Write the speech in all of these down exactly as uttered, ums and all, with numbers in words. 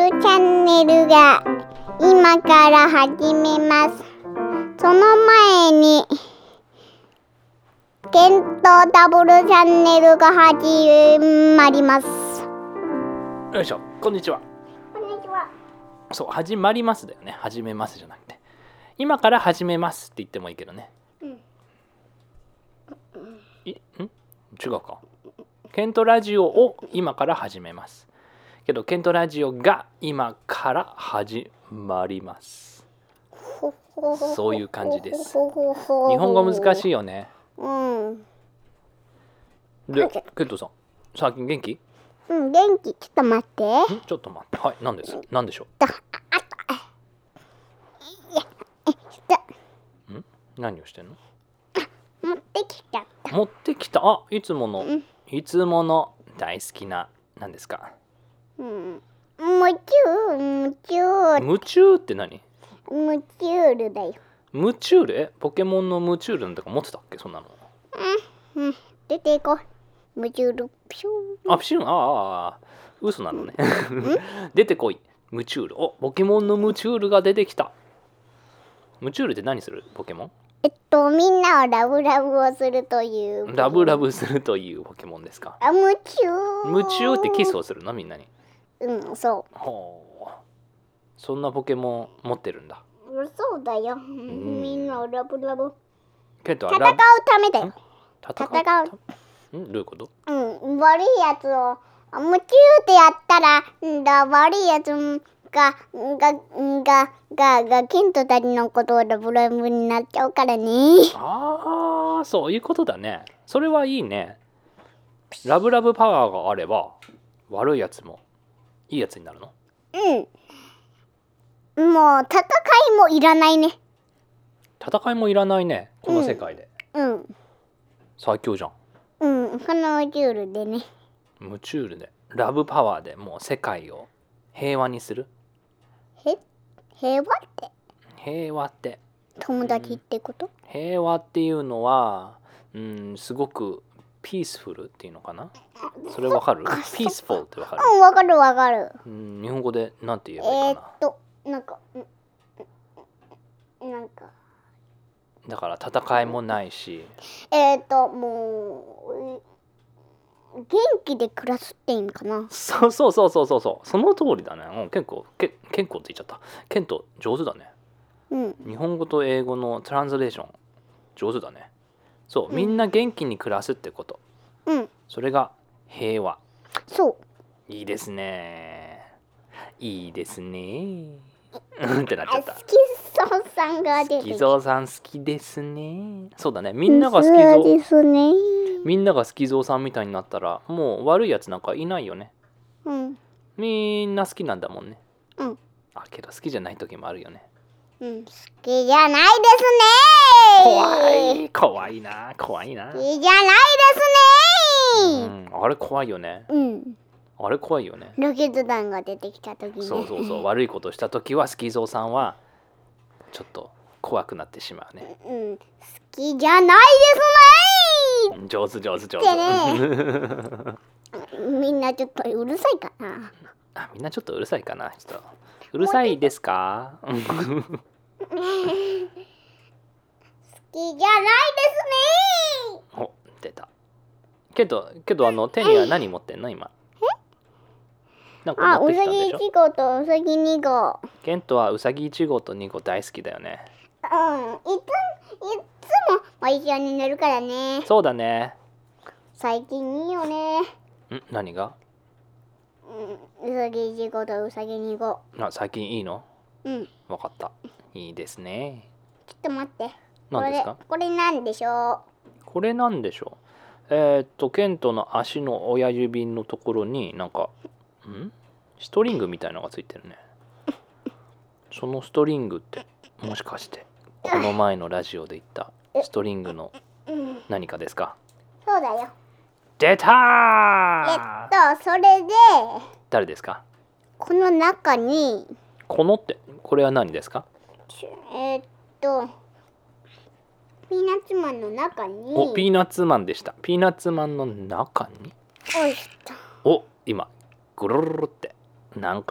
チャンネルが今から始めます。その前にケントダブルチャンネルが始まります。 よいしょ、こんにちは。 こんにちは。 そう、始まりますだよね。始めますじゃなくて、今から始めますって言ってもいいけどね。うん。いん違うか。ケントラジオを今から始めます。けどケントラジオが今から始まります。そういう感じです。日本語難しいよね。うん。で、ケントさん、最近元気？ うん、元気。ちょっと待って。 んちょっと待って。はい、何です？何でしょう？ん何をしてんの？ 持ってきちゃった。 持ってきた。あ、いつもの、うん、いつもの大好きな何ですか？ うん、夢中夢中夢中って何？ 夢中るだよ。 夢中る？え、ポケモンの夢中るなんてか持ってたっけ、そんなの？ うん、うん、出ていこう。夢中るピシューあ、ピシュン、ああ、嘘なのね。出てこい、夢中る。お、ポケモンの夢中るが出てきた。夢中るって何するポケモン？ えっと、みんなをラブラブをするという。 ラブラブするというポケモンですか？ あ、夢中。 夢中ってキスをするの、みんなに。 うん、そう。 ほう。そんなポケモン持ってるんだ。 そうだよ。みんなをラブラブ。 けど戦うためだよ。 戦う。ん？どういうこと？ うん、悪いやつを夢中ってやったら、んだ悪いやつがががががケントたちのことをラブラブになっちゃうからね。 ああ、そういうことだね。それはいいね。ラブラブパワーがあれば悪いやつもいいやつになるの？ うん。もう戦いもいらないね。 戦いもいらないね、この世界で。 うん。うん、 最強じゃん。 うん、この夢中るでね。 夢中るでラブパワーでもう世界を平和にする。 へ、平和って？ 平和って友達ってこと？ うん、平和っていうのは、うん、すごくピースフルっていうのかな。それわかる？ピースフォルってわかる？ うん、わかるわかる。 うん、日本語でなんて言えばいいかな。 えー、っとなんかなんかだから戦いもないし、 えー、っともう元気で暮らすっていいんかな。 そうそうそうそうそうそう、その通りだね。うん、結構け健康って言っちゃった。ケント上手だね。うん。日本語と英語のトランスレーション上手だね。そう、みんな元気に暮らすってこと。うん。それが平和。 そう。 いいですね。いいですね。うんってなっちゃった。 好きそうさんが出てきた。 好きぞうさん好きですね。そうだね。みんなが好きぞう。 ですね。 みんなが好きぞうさんみたいになったらもう悪いやつなんかいないよね。うん。みんな好きなんだもんね。うん。あ、けど好きじゃない時もあるよね。 うん。好きじゃないですね。 怖い怖いな怖いな。 好きじゃないですね。うん。あれ怖いよね。うん。あれ怖いよね。 ロケット弾が出てきた時ね。 そうそうそう。悪いことした時はスキゾーさんはちょっと怖くなってしまうね。 うん。好きじゃないですね。上手上手上手。 ね、みんなちょっとうるさいかな。 あ、みんなちょっとうるさいかな。ちょっとうるさいですか？好きじゃないですね。 お、出た。けどけどあの手には何持ってんの今？なんか持ってきたんでしょ？ あ、うさぎいち号とうさぎに号。 ケントはうさぎいち号とに号大好きだよね。 うん、いついつも一緒に寝るからね。 そうだね。 最近いいよね。ん、 何が？ うん、うさぎいち号とうさぎに号。 あ、最近いいの？ うん。 わかった。いいですね。 ちょっと待って。 何ですか？ これ、これなんでしょう？ これなんでしょう？えー、っとケントの足の親指のところになんかんストリングみたいなのがついてるね。そのストリングってもしかしてこの前のラジオで言ったストリングの何かですか？ そうだよ。 出たー。 えっとそれで誰ですか？ この中にこのってこれは何ですか？ えー、っとピーナッツマンの中に。 お、ピーナッツマンでした。ピーナッツマンの中においしょ。 お、今ぐるるるってなんかの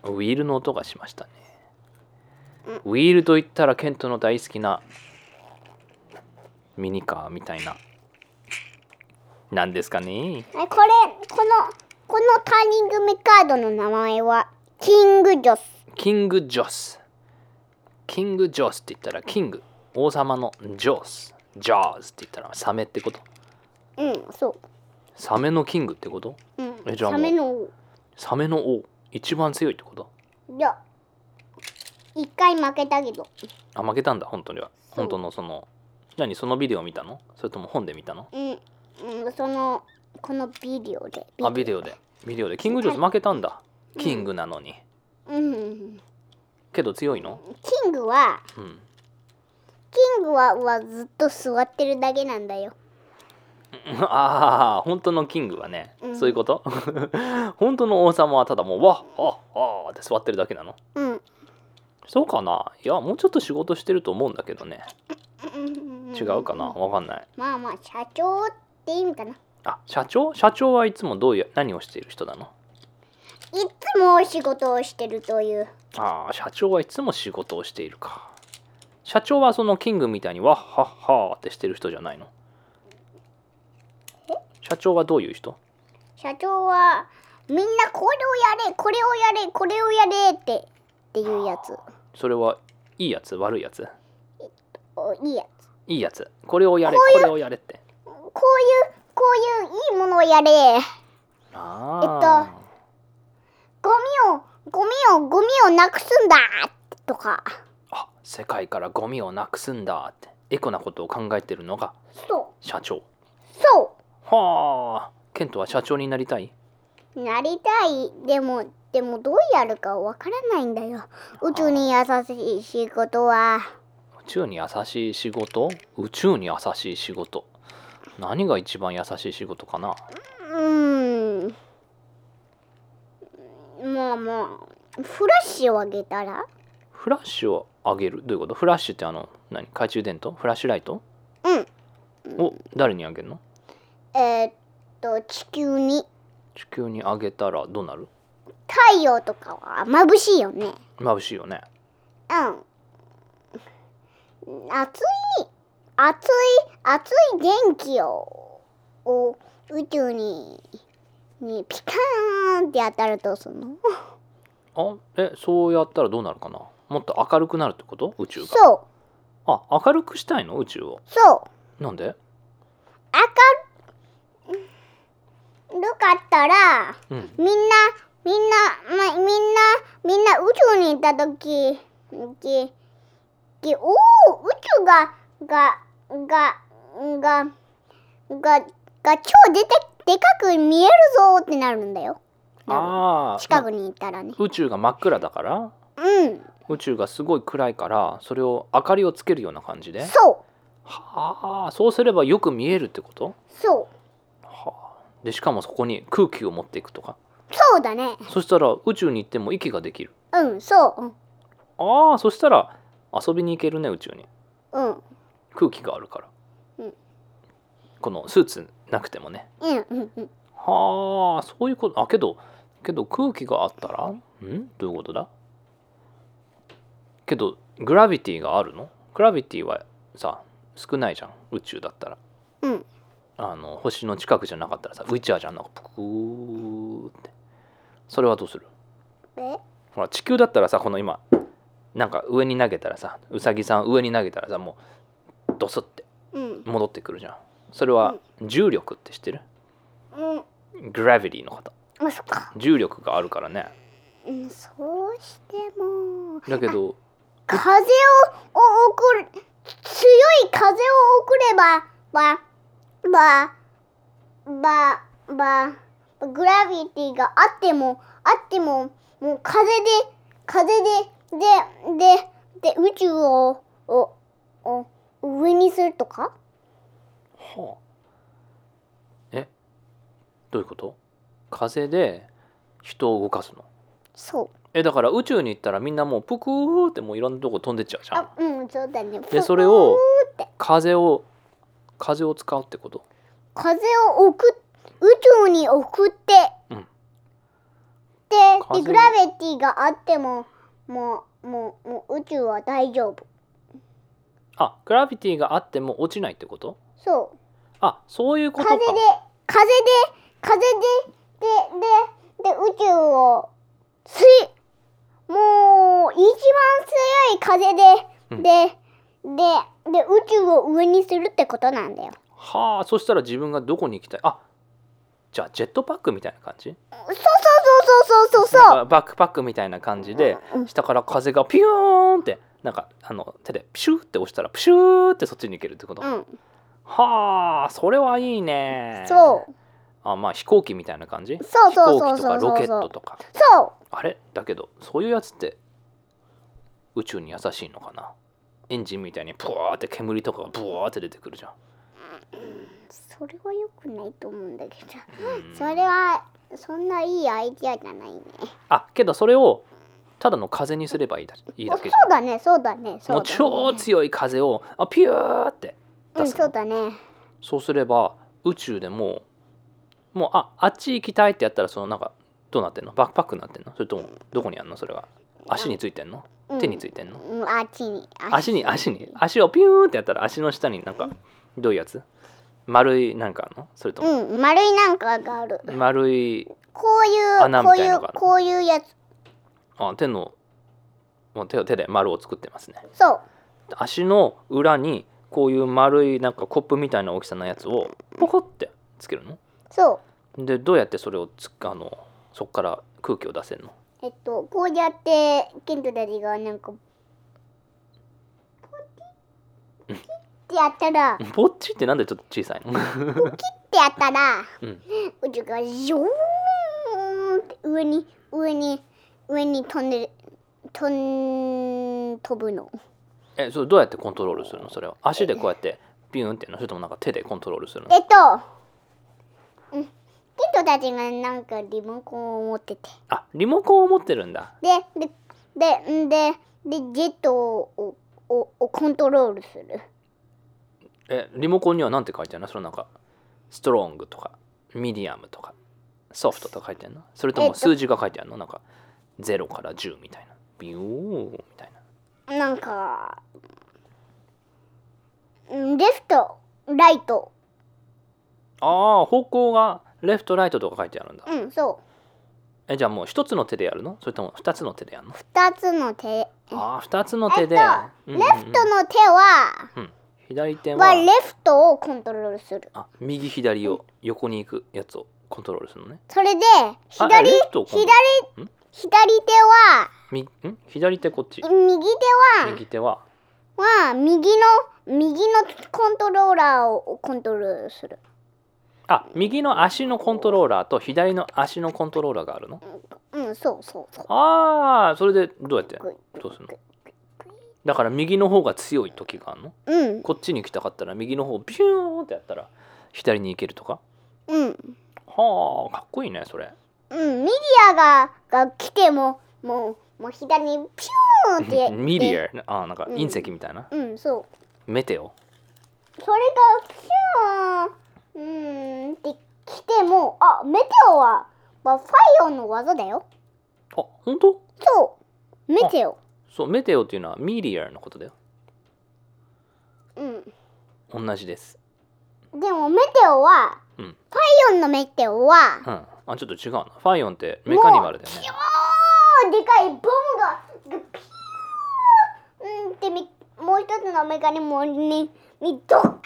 ウィールの音がしましたね。ウィールといったらケントの大好きなミニカーみたいな。なんですかね。 これ、この、このターニングメカードの名前はキングジョス。 キングジョス。キングジョスって言ったらキング、王様のジョス。ジョーズって言ったらサメってこと？ うん、そう。 サメのキングってこと？ うん、 え、じゃあもうサメの王。 サメの王、一番強いってこと？ いや、一回負けたけど。 あ、負けたんだ、本当には。本当のその、何、そのビデオ見たの？それとも本で見たの？ うん、うん、その、このビデオで。 あ、ビデオで。ビデオで。キングジョーズ負けたんだ。キングなのに。 うん。 けど強いの？ キングは、 うん。 キングは、はずっと座ってるだけなんだよ。 ああ、本当のキングはね、 うん、 そういうこと本当の王様はただもう、わっ、あっ、あーって座ってるだけなの？ うん。 そうかな？いや、もうちょっと仕事してると思うんだけどね。違うかな？わかんない。 まあまあ、社長って意味かな。 あ、社長？社長はいつもどういう、何をしている人なの？ いつも仕事をしてるという。 ああ、社長はいつも仕事をしているか。社長はそのキングみたいにわっはっはってしてる人じゃないの？社長はどういう人？ 社長はみんなこれをやれこれをやれこれをやれってっていうやつ。 それはいいやつ悪いやつ？ おいいやつ。 いいやつ。これをやれこういうこれをやれって。 こういうこういういいものをやれ。えっあとゴミをゴミをゴミをなくすんだとか。 あ、世界からゴミをなくすんだってエコなことを考えてるのが社長。 そう。 はあ、ケントは社長になりたい？ なりたい。でもでもどうやるかわからないんだよ。宇宙に優しい仕事は。 宇宙に優しい仕事？宇宙に優しい仕事。何が一番優しい仕事かな？ うーん。まあまあ、フラッシュをあげたら？ フラッシュをあげる？どういうこと？フラッシュってあの、何？懐中電灯？フラッシュライト？ うん。 お、誰にあげるの？ えー、っと、地球に。 地球にあげたらどうなる？ 太陽とかは眩しいよね。 眩しいよね。 うん。熱い、熱い、熱い電気を、を宇宙に、にピカーンって当たるとするの？ あ、え、そうやったらどうなるかな？もっと明るくなるってこと？宇宙が。 そう。 あ、明るくしたいの？宇宙を。 そう。 なんで？ 明るかったら、 うん、 みんなみんな、ま、みんなみんな宇宙に行った時ききおお宇宙がががががが超でてでかく見えるぞってなるんだよ。 ああ、 近くに行ったらね。 宇宙が真っ暗だから？ うん。 宇宙がすごい暗いからそれを明かりをつけるような感じで。 そう。 はあ、そうすればよく見えるってこと？ そう。 はあ、でしかもそこに空気を持っていくとか。 そうだね。 そしたら宇宙に行っても息ができる。 うん、そう。 ああ、そしたら遊びに行けるね、宇宙に。 うん。 空気があるから。 うん。 このスーツなくてもね。 うんうんうん。 はあ、そういうこと。あ、けどけど空気があったら、ん？どういうことだ？けどグラビティがあるの？グラビティはさ少ないじゃん、宇宙だったら。 うん。 あの星の近くじゃなかったらさ浮いちゃうじゃん、なんかプクーって。それはどうする？ え？ ほら地球だったらさ、この今なんか上に投げたらさ、うさぎさん上に投げたらさ、もうドスって戻ってくるじゃん。それは重力って知ってる？ うん。 グラビティの方。 あ、そっか。 重力があるからね。 うん、そうしてもだけど風を送る強い風を送ればばばばばグラビティがあってもあってももう風で風でででで宇宙ををを上にするとか？ はあ、え、どういうこと？風で人を動かすの？ そう。 え、だから宇宙に行ったらみんなもうプクーってもういろんなとこ飛んでっちゃうじゃん。 あ、うん、そうだね。 でそれを風を風を使うってこと？ 風を送っ宇宙に送って、 うん、 ででグラビティがあってももうもうもう宇宙は大丈夫。 あ、グラビティがあっても落ちないってこと？ そう。 あ、そういうことか。 風で風で風でででで宇宙をついもう一番強い風で、うん、ででで宇宙を上にするってことなんだよ。 はあ、そしたら自分がどこに行きたい？あ、じゃあジェットパックみたいな感じ？ そうそうそうそうそうそうそう。 バックパックみたいな感じで、うん、下から風がピューンってなんかあの手でピシューって押したらピシューってそっちに行けるってこと？うん、はあ、それはいいね。 そう。 あ、まあ飛行機みたいな感じ？ そうそうそうそうそう。 飛行機とかロケットとか。 そう。 あれだけどそういうやつって宇宙に優しいのかな？エンジンみたいにブワーって煙とかがブワーって出てくるじゃん。 それは良くないと思うんだけど、それはそんないいアイディアじゃないね。 あ、けどそれをただの風にすればいいだいいだけじゃん。 そうだね、そうだね、そうだね。 もう超強い風をあピューって出す、 うん、そうだね。 そうすれば宇宙でももうああっち行きたいってやったらそのなんかどうなってんの？バックパックになってんの？それともどこにあんの？それは足についてんの？うん、手についてんの？ うん、あっちに足に足に足をピューってやったら足の下になんかどういうやつ？丸いなんかあるの？それとも、 うん、丸いなんかがある。 丸いこういう穴みたいなのがある。 こういうこういうやつ。 あ、手のもう手手で丸を作ってますね。 そう。 足の裏にこういう丸いなんかコップみたいな大きさのやつをポコってつけるの？ そう。 でどうやってそれをつあのそこから空気を出せるの？ えっとこうやってケントダディがなんかポキッってやったらポッチってなんでちょっと小さいの？ ポキッってやったら、うん、宇宙がジョーンって上に上に上に飛んで飛ん飛ぶの。 え、それどうやってコントロールするの？それを足でこうやってビューンってやるの？それともなんか手でコントロールするの？ えっと、うん、ケントたちがなんかリモコンを持ってて。 あ、リモコンを持ってるんだ。 で、で、で、で、でジェットをををコントロールする。 え、リモコンには何て書いてあるの？そのなんかストロングとかミディアムとかソフトとか書いてあるの？それとも数字が書いてあるの？なんかゼロからじゅうみたいなビューみたいな。 なんかレフトライト。 ああ、方向がレフトライトとか書いてあるんだ。 うん、そう。 え、じゃあもう一つの手でやるの？それとも二つの手でやるの？ 二つの手。 ああ、二つの手で、 えっと、レフトの手は、 うん、左手ははレフトをコントロールする。 あ、右左を横に行くやつをコントロールするのね。 それで左左左手はみん左手こっち。 右手は右手はは右の右のコントローラーをコントロールする。 あ、右の足のコントローラーと左の足のコントローラーがあるの？ うん、そうそうそう。 ああ、それでどうやってどうするの？だから右の方が強い時があるの？ うん。 こっちに来たかったら右の方ビューンってやったら左に行けるとか？ うん。 はあ、かっこいいねそれ。 うん、ミディアがが来てももうもう左にピューンってミディア、あ、なんか隕石みたいな。 うん、うん、そう。 メテオ。 それがピューンうんって来ても、あ、メテオはまあファイオンの技だよ。 あ、本当？ そう、メテオ。 そう、メテオっていうのはミディアのことだよ。 うん。 同じです。 でもメテオは、うん、ファイオンのメテオは、 うん、あ、ちょっと違うな。ファイオンってメカニマルだよね。 もうでかいボムがピューンってみもう一つのメカニマルににドッカ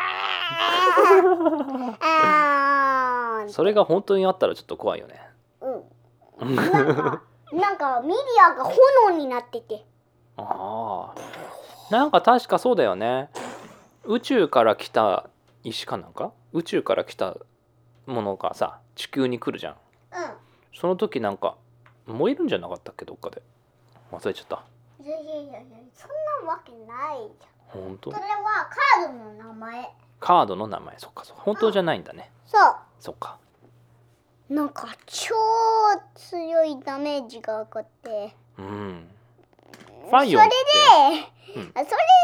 ーン。 それが本当にあったらちょっと怖いよね。 うん。なんかなんかミディアが炎になってて。 ああ。なんか確かそうだよね。宇宙から来た石かなんか？宇宙から来たものがさ、地球に来るじゃん。 うん。 その時なんか燃えるんじゃなかったっけ、どっかで。忘れちゃった。 いやいやいやいや、そんなわけないじゃん。 本当？ それはカードの名前。 カードの名前、そっかそっか。本当じゃないんだね。 そう。そっか。 なんか超強いダメージがかかって。 うん。ファイオンってそれで、うん、それ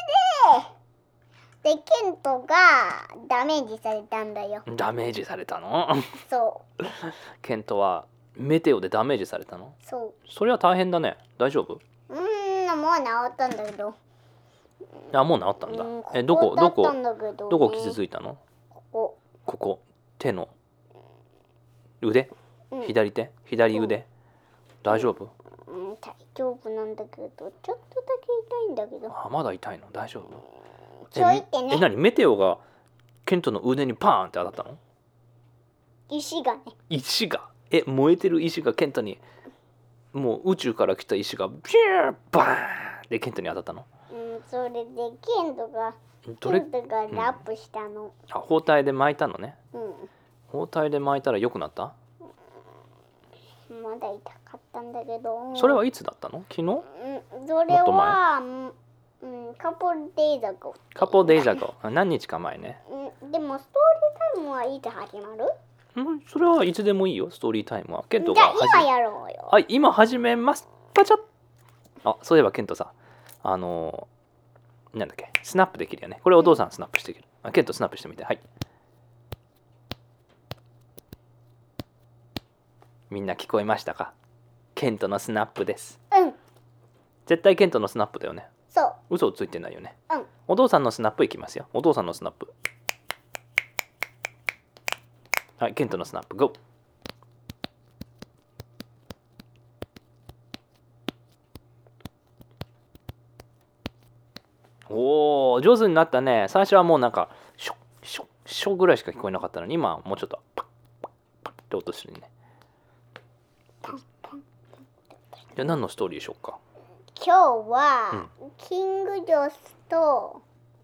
で、でケントがダメージされたんだよ。 ダメージされたの？ そう。 ケントはメテオでダメージされたの？ そそれは大変だね。大丈夫？ う。うーん、もう治ったんだけど。 あ、もう治ったんだ。 うんえ、どこどこここだったんだけどねどこ傷ついたの？ ここ。 ここ、手の腕、 うん左手、左腕、大丈夫？ うん、大丈夫なんだけど、ちょっとだけ痛いんだけど。 あ、まだ痛いの？大丈夫？ ちょいってねえ、何？メテオがケントの腕にパーンって当たったの？ 石がね。 石が、え、燃えてる石がケントに、もう宇宙から来た石がビューバーンでケントに当たったの？ うん、それでケントが、 どれケントがラップしたの。 あ、包帯で巻いたのね。 うん。 包帯で巻いたら良くなった？ まだ痛かったんだけど。 それはいつだったの？昨日？ うん、それは、うん、カポデイザゴ。 カポデイザゴ。何日か前ね。 うん、でもストーリータイムはいつ始まる？ うん、それはいつでもいいよ、ストーリータイムは。ケントじゃあが始め今やろうよ。 はい、今始めます。パチャッ。あ、そういえばケントさ、あのー、なんだっけ、スナップできるよね。これお父さんスナップしてくる。あ、ケントスナップしてみて。はい。みんな聞こえましたか？ケントのスナップです。 うん、 絶対ケントのスナップだよね。 そう。 嘘をついてないよね。 うん。 お父さんのスナップいきますよ。お父さんのスナップ。はい、ケントのスナップ、ゴー。おー、上手になったね。最初はもうなんか、ショッショッショッぐらいしか聞こえなかったのに、今はもうちょっとパッパッパッって音してるね。じゃあ何のストーリーでしょうか？ 今日は、キングジョスと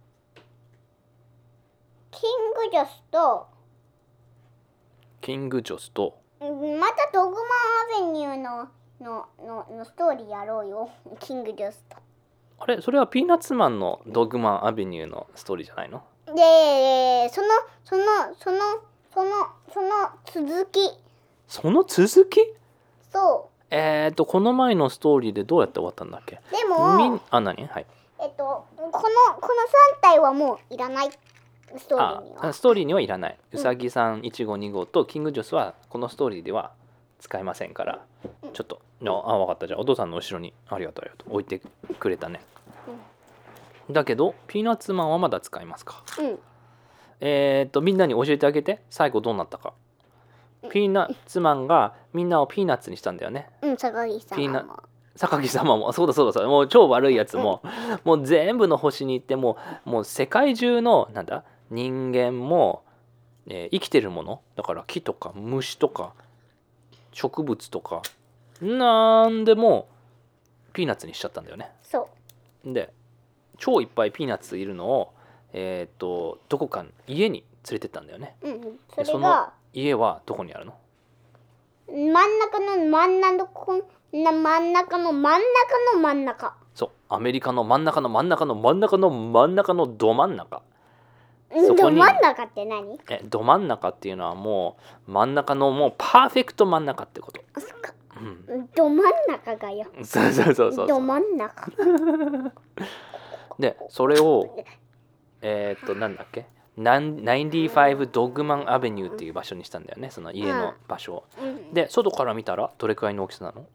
キングジョスとキングジョスとうんまたドグマンアベニューののののストーリーやろうよ。キングジョスと。 あれ、それはピーナッツマンのドッグマンアベニューのストーリーじゃないの？ で、そのそのそのそのその続き。 その続き？ そえーと、この前のストーリーでどうやって終わったんだっけ？ う。でも、 みんあ、何？はい。 えっとこのこのさん体はもういらない。ストーリーには。 あ、ストーリーにはいらない。うさぎさんいちごにごとキングジョスはこのストーリーでは使えませんから、ちょっと、あ、分かった。じゃあお父さんの後ろにありがとうありがとう置いてくれたね。だけどピーナッツマンはまだ使いますか？ うん。 えっとみんなに教えてあげて、最後どうなったか。ピーナッツマンがみんなをピーナッツにしたんだよね。 うん、坂木さんピーナ榊様もそうだそうだそうだ、もう超悪いやつも、もう全部の星に行ってもうもう世界中のなんだ人間も、えー生きてるものだから木とか虫とか植物とかなんでもピーナッツにしちゃったんだよね。 そで超いっぱいピーナッツいるのをえっ、とどこか家に連れてったんだよね。 う。うん、そでそのれが家はどこにあるの？ 真ん中の真ん中のこな真ん中の真ん中の真ん中。 そうアメリカの真ん中の真ん中の真ん中の真ん中のど真ん中。 うんそこにど真ん中って何？ えど真ん中っていうのはもう真ん中のもうパーフェクト真ん中ってこと。 あ、そっか。 うんど真ん中がよ。 そうそうそうそうど真ん中。 でそれをえーっとなんだっけナインティファイブドッグマンアベニューっていう場所にしたんだよね、その家の場所を。 うん、 で外から見たらどれくらいの大きさなの？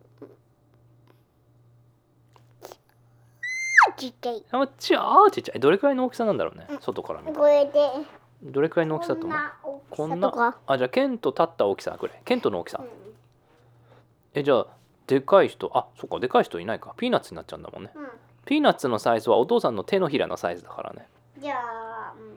ちっちゃい。 あちゃちっちゃい。どれくらいの大きさなんだろうね、外から見たら。 これでどれくらいの大きさだと思う？ こんな大きさこんなとか。 あじゃあケント立った大きさこれケントの大きさ。 うんえじゃあでかい人、あそっかでかい人いないか、ピーナッツになっちゃうんだもんね。 うんピーナッツのサイズはお父さんの手のひらのサイズだからね。 じゃあ、うん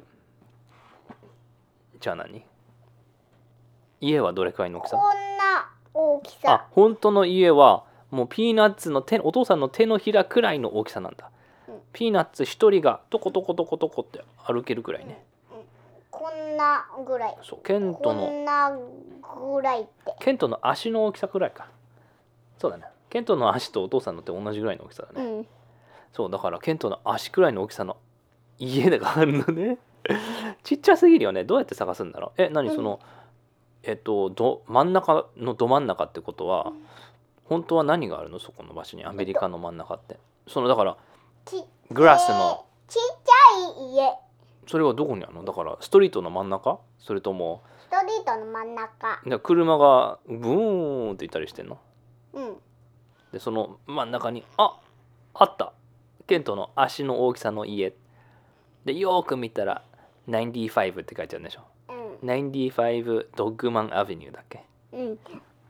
じゃあ何？家はどれくらいの大きさ？ こんな大きあさ。 本当の家はもうピーナッツの手お父さんの手のひらくらいの大きさなんだ。 うんピーナッツ一人がトコトコトコトコって歩けるくらいね。 こんなぐらい。 そうケンこトのんなぐらいって。 ケントの足の大きさくらいか。そうだね。ケントの足とお父さんの手同じぐらいの大きさだね。 うん。 そうだからケントの足くらいの大きさの家があるのね。ちっちゃすぎるよね。どうやって探すんだろう。え何その、えっとど真ん中のど真ん中ってことは、本当は何があるのそこの場所に、アメリカの真ん中って。そのだからちグラスのちっちゃい家。 それはどこにあるの？だからストリートの真ん中？それともストリートの真ん中。 で車がブーンって行ったりしてんの。 うんでその真ん中にああったケントの足の大きさの家でよーく見たらきゅうじゅうごって書いてあるんでしょ。 うんきゅうじゅうごドッグマンアベニューだっけ。 うん。い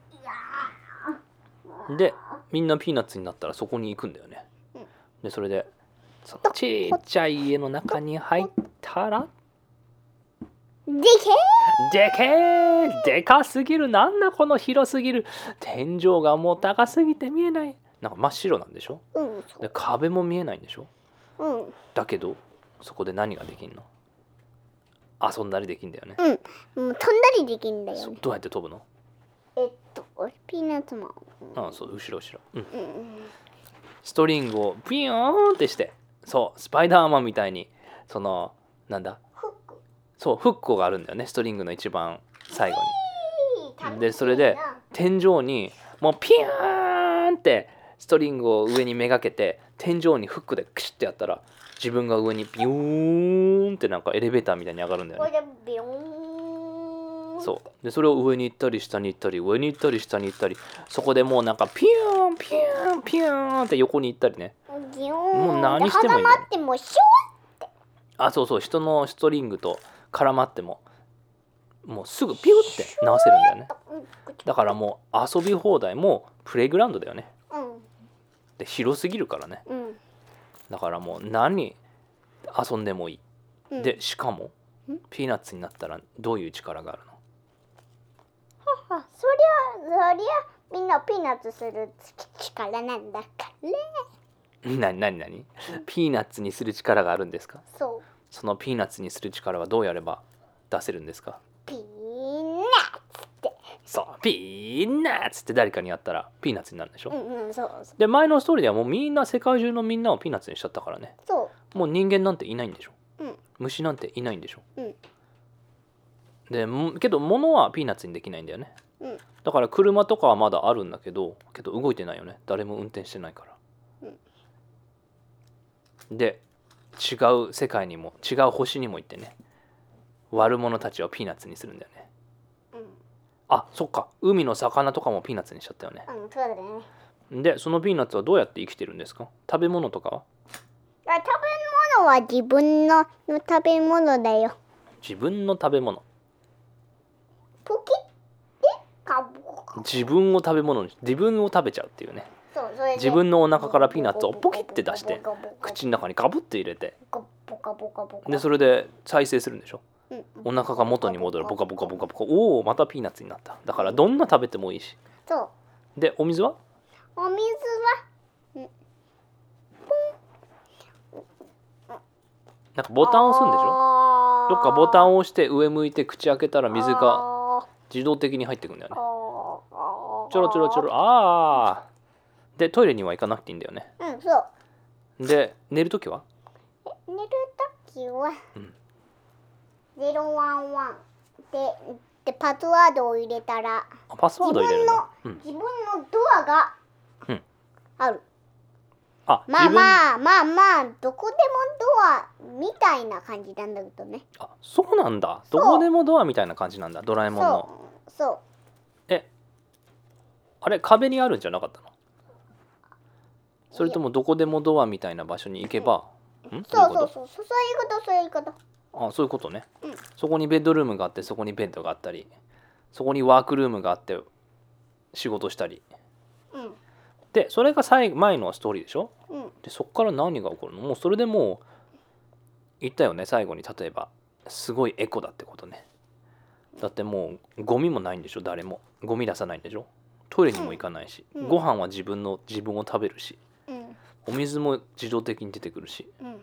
やでみんなピーナッツになったらそこに行くんだよね。 うんでそれでそのちっちゃい家の中に入ったらでけでけーでかすぎるなんだこの広すぎる天井がもう高すぎて見えないなんか真っ白なんでしょ。 ーうんそで壁も見えないんでしょ。 ううんだけどそこで何ができんの。遊んだりできんだよね。 うん、飛んだりできるんだよね。 そうどうやって飛ぶの。 えっとピーナッツマン。 ああそう後ろ後ろ、うん、 うんストリングをピヨーンってしてそうスパイダーマンみたいにそのなんだフック。 そうフックがあるんだよねストリングの一番最後に。 にでそれで天井にもうピヨーンってストリングを上にめがけて天井にフックでクシュってやったら自分が上にビヨーンってなんかエレベーターみたいに上がるんだよこね。 れでビヨーン。 そうでそれを上に行ったり下に行ったり上に行ったり下に行ったりそこでもうなんかピヨーンピヨーンピヨーンって横に行ったりね。 ビヨーン。 もう何してもいいんだよ挟まってもシュあそうそう人のストリングと絡まってももうすぐピュって直せるんだよね。だからもう遊び放題もプレイグラウンドだよね。 ッ。うんで広すぎるからね。 うん。だからもう何遊んでもいい、 うん、 でしかもんピーナッツになったらどういう力があるの。 はそりゃそりゃみんなピーナッツする力なんだからなになになにピーナッツにする力があるんですか。 そうそのピーナッツにする力はどうやれば出せるんですか。 ピーナッツってそうピーナッツって誰かにやったらピーナッツになるんでしょ、 うんうんそうそうで前のストーリーではもうみんな世界中のみんなをピーナッツにしちゃったからね。 そもう人間なんていないんでしょ、 うん虫なんていないんでしょ、 うんでもけど物はピーナッツにできないんだよね。 うんだから車とかはまだあるんだけどけど動いてないよね。誰も運転してないから、うん、で違う世界にも違う星にも行ってね悪者たちをピーナッツにするんだよね。 うんあそっか海の魚とかもピーナッツにしちゃったよね。 うんそうだね。 でそのピーナッツはどうやって生きてるんですか。食べ物とかは。 あ食べ物は自分のの食べ物だよ。 自分の食べ物。 ポキってかぼか自分を食べ物に自分を食べちゃうっていうね。 そうそれで自分のお腹からピーナッツをポキって出して口の中にガブって入れてボカボカボカでそれで再生するんでしょ。 うんお腹が元に戻るボカボカボカボカおおまたピーナッツになった。だからどんな食べてもいいし。 そうでお水はお水はなんかボタンを押すんでしょ。 ょどっかボタンを押して上向いて口開けたら水がが自動的に入ってくんだよね。 ちちょろちょろちょろああでトイレには行かなくていいんだよね。 うんそうで寝るときはえ寝るときはうんゼロワンワンででパスワードを入れたらあパスワード入れるの、うん、 自分のドアがうんある。 あまあ自分まあまあまあどこでもドアみたいな感じなんだけどね。 あそうなんだ。 そうどこでもドアみたいな感じなんだドラえもんの。 そうそうえあれ壁にあるんじゃなかったの。それともどこでもドアみたいな場所に行けば、んそうどいことそうそうそうそういうことそういうこと。 あそういうことね、 うんそこにベッドルームがあってそこにベッドがあったりそこにワークルームがあって仕事したりうんでそれが最前のストーリーでしょ。 うんでそっから何が起こるの。もうそれでもう言ったよね最後に。例えばすごいエコだってことね。だってもうゴミもないんでしょ。誰もゴミ出さないんでしょ。トイレにも行かないし、 うんうんご飯は自分の自分を食べるしうんお水も自動的に出てくるし。 うん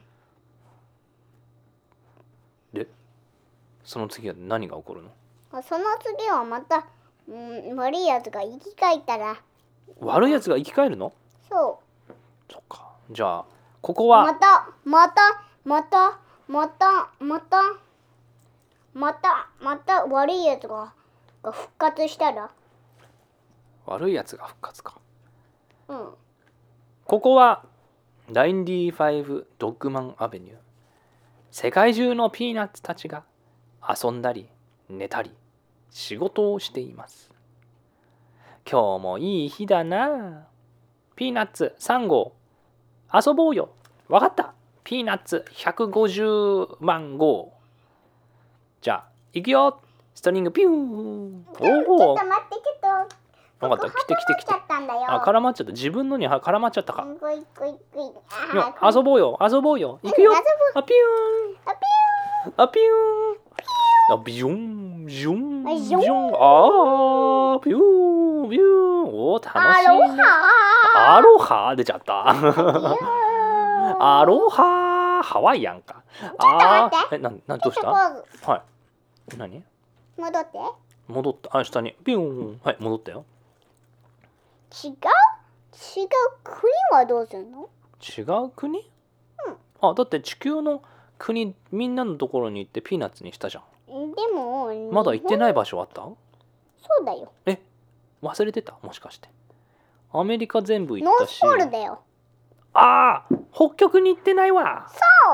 でその次は何が起こるの。 あその次はまた、うん、悪いやつが生き返ったら悪いやつが生き返るの。 そそっかじゃあここうまはたまたまたまたまたまたまた悪いやつがが復活したら悪いやつが復活か。 うんここはきゅうじゅうごドッグマンアベニュー。世界中のピーナッツたちが遊んだり寝たり仕事をしています。今日もいい日だな。ピーナッツさん号遊ぼうよ。わかった。ピーナッツひゃくごじゅうまん号。じゃあ行くよ。ストリングピューン。 ちょっおお。 と待って、ちょっと。 分かった。来て来て来て。 絡まっちゃったんだよ。 あ、絡まっちゃった。自分のに絡まっちゃったか。 うんこいこいこい。 いや遊ぼうよ。遊ぼうよ。行くよ。 遊ぼうあピューン。 あ、ピあピューン。あビヨンビヨンビあビヨンヨン。あーピューンビューン。おー楽ューン。アしいね。 ロハアロハ出ちゃった。 ー。 アロハハワイアンか。あ待ってーえなんなんどうしちょた？ っとポーズはい。何？ 戻って。 戻った。あ下にピューン。はい戻ったよ。 違う違う国はどうするの？ 違う国？あだって地球の国みんなのところに行ってピーナッツにしたじゃん。 でもまだ行ってない場場所あった？ そうだよ。 忘れてたもしかして。アメリカ全部行ったし。 ノースポールだよ。 ああ北極に行ってないわ。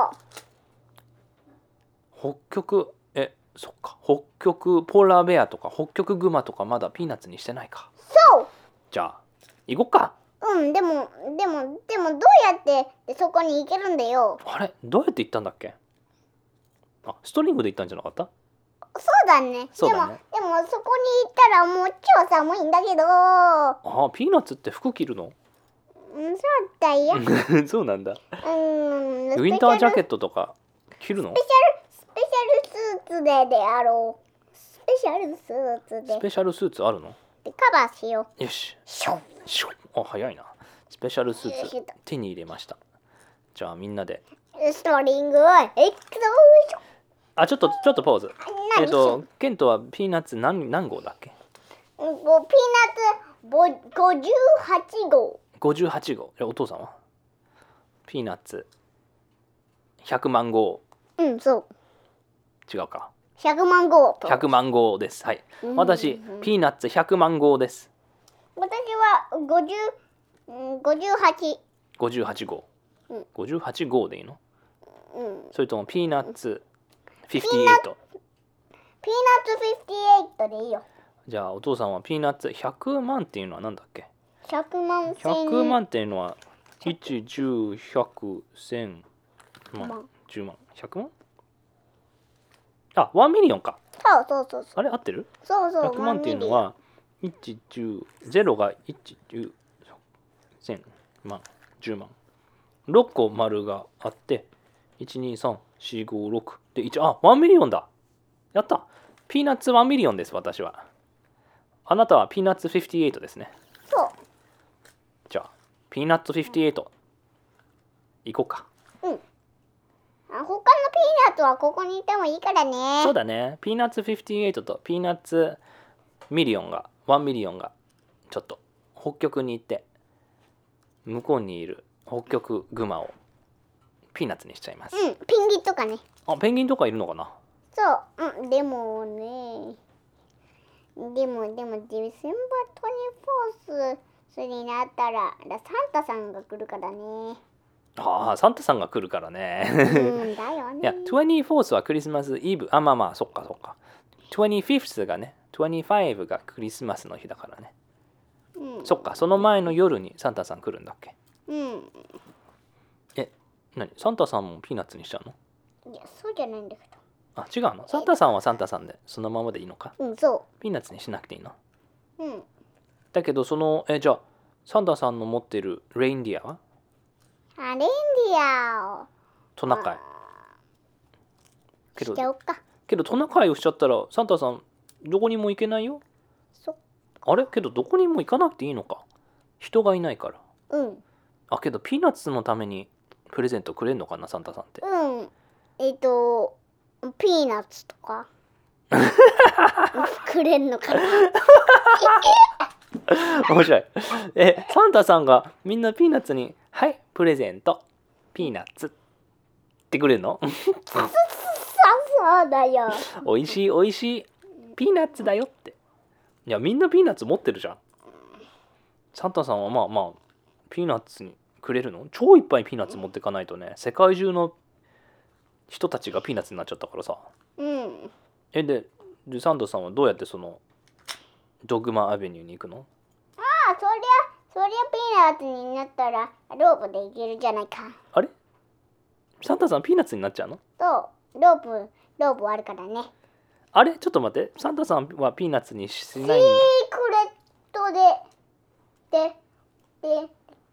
そう。 北極えそっか北極ポーラーベアとか北極グマとかまだピーナッツにしてないか。 そう。 じゃあ行こっか。 うんでもでもでもどうやってそこに行けるんだよ。 あれどうやって行ったんだっけ？あストリングで行ったんじゃなかった？ そうだね。 そうだねでもでもそこに行ったらもう超寒いんだけど。 あピーナッツって服着るの？ うんそうだよ。 そうなんだ。 うんウィンタージャケット。 ットとか着るの？ スペシャルスペシャルスーツでであろう。スペシャルスーツでスペシャルスーツあるの？ でカバーしよよし。 う。シュッシュッあ早いな。スペシャルスーツよいしょ手に入れました。じゃあみんなで。 ストリングをエクソあちょっとちょっとポーズ。えっ何とケントはピーナッツ何何号だっけ？ うんこうピーナッツぼごじゅうはち号。 ごじゅうはち号。えお父さんは？ピーナッツひゃくまん号。 うんそう違うか。 ひゃくまん号とひゃくまん号です。はい。 うん私ピーナッツひゃくまん号です。 私はごじゅう、うん、ごじゅうはち。 ごじゅうはち号うん。 ごじゅうはち号でいいの？ うんそれともピーナッツごじゅうはち？ ピーナッツごじゅうはちでいいよ。 じゃあお父さんはピーナッツひゃくまんっていうのは何だっけ？ ひゃくまんひゃくまんっていうのはいち、じゅう、ひゃく、せんまん、じゅうまん、ひゃくまん？あ、いちミリオンか。 そうそうそうそうあれ合ってる？ そうそうひゃくまんっていうのはいち、じゅう、ゼロがいち、じゅう、せんまん、じゅうまん。ろっこ丸があって、いち、に、さん、よん、ご、ろくでいち、あ、いちミリオンだ。やった。ピーナッツいちミリオンです、私は。あなたはピーナッツごじゅうはちですね。 そうじゃあ、ピーナッツごじゅうはち行こうか。 うんあ他のピーナッツはここにいてもいいからね。 そうだね。ピーナッツごじゅうはちとピーナッツミリオンが、いちミリオンが、ちょっと北極に行って、向こうにいる北極グマをピーナッツにしちゃいます。 うんペンギンとかね。 あ、ペンギンとかいるのかな？ そううんでもねでもでもディセンバーにじゅうよっかになったらサンタさんが来るからね。 ああ、サンタさんが来るからね。 うんだよね。 いや、にじゅうよっかはクリスマスイブ。あ、まあまあ、そっかそっか。にじゅうごがね、にじゅうごがクリスマスの日だからね。 うん、 そっか、その前の夜にサンタさん来るんだっけ？ うんえ、何？サンタさんもピーナッツにしちゃうの？ いやそうじゃないんだけあ、違うの？サンタさんはサンタさんでそのままでいいのか？ ど。うんそピーナッツにしなくていいの？ ううんだけどそのえじゃあサンタさんの持ってるレインディアはあレンディアをトナカイけどしちゃおうか。 けどトナカイをしちゃったらサンタさんどこにも行けないよ。 そあれけどどこにも行かなくていいのか。人がいないから。 うんあけどピーナッツのためにプレゼントくれんのかなサンタさんって。 うんえっ、とピーナッツとかくれんのかな。 面白い。えサンタさんがみんなピーナッツにはいプレゼントピーナッツってくれるの？ さそうだよ。 おいしいおいしいピーナッツだよって。いやみんなピーナッツ持ってるじゃん。サンタさんはまあまあピーナッツにくれるの？超いっぱいピーナッツ持ってかないとね、世界中の人たちがピーナッツになっちゃったからさ。 うんえででサンタさんはどうやってそのドッグマンアベニューに行くの？ ああ、そりゃそりゃピーナッツになったらロープで行けるじゃないか。 あれサンタさんピーナッツになっちゃうの？ そうロープロープあるからね。 あれちょっと待って、サンタさんはピーナッツにしないシークレットででで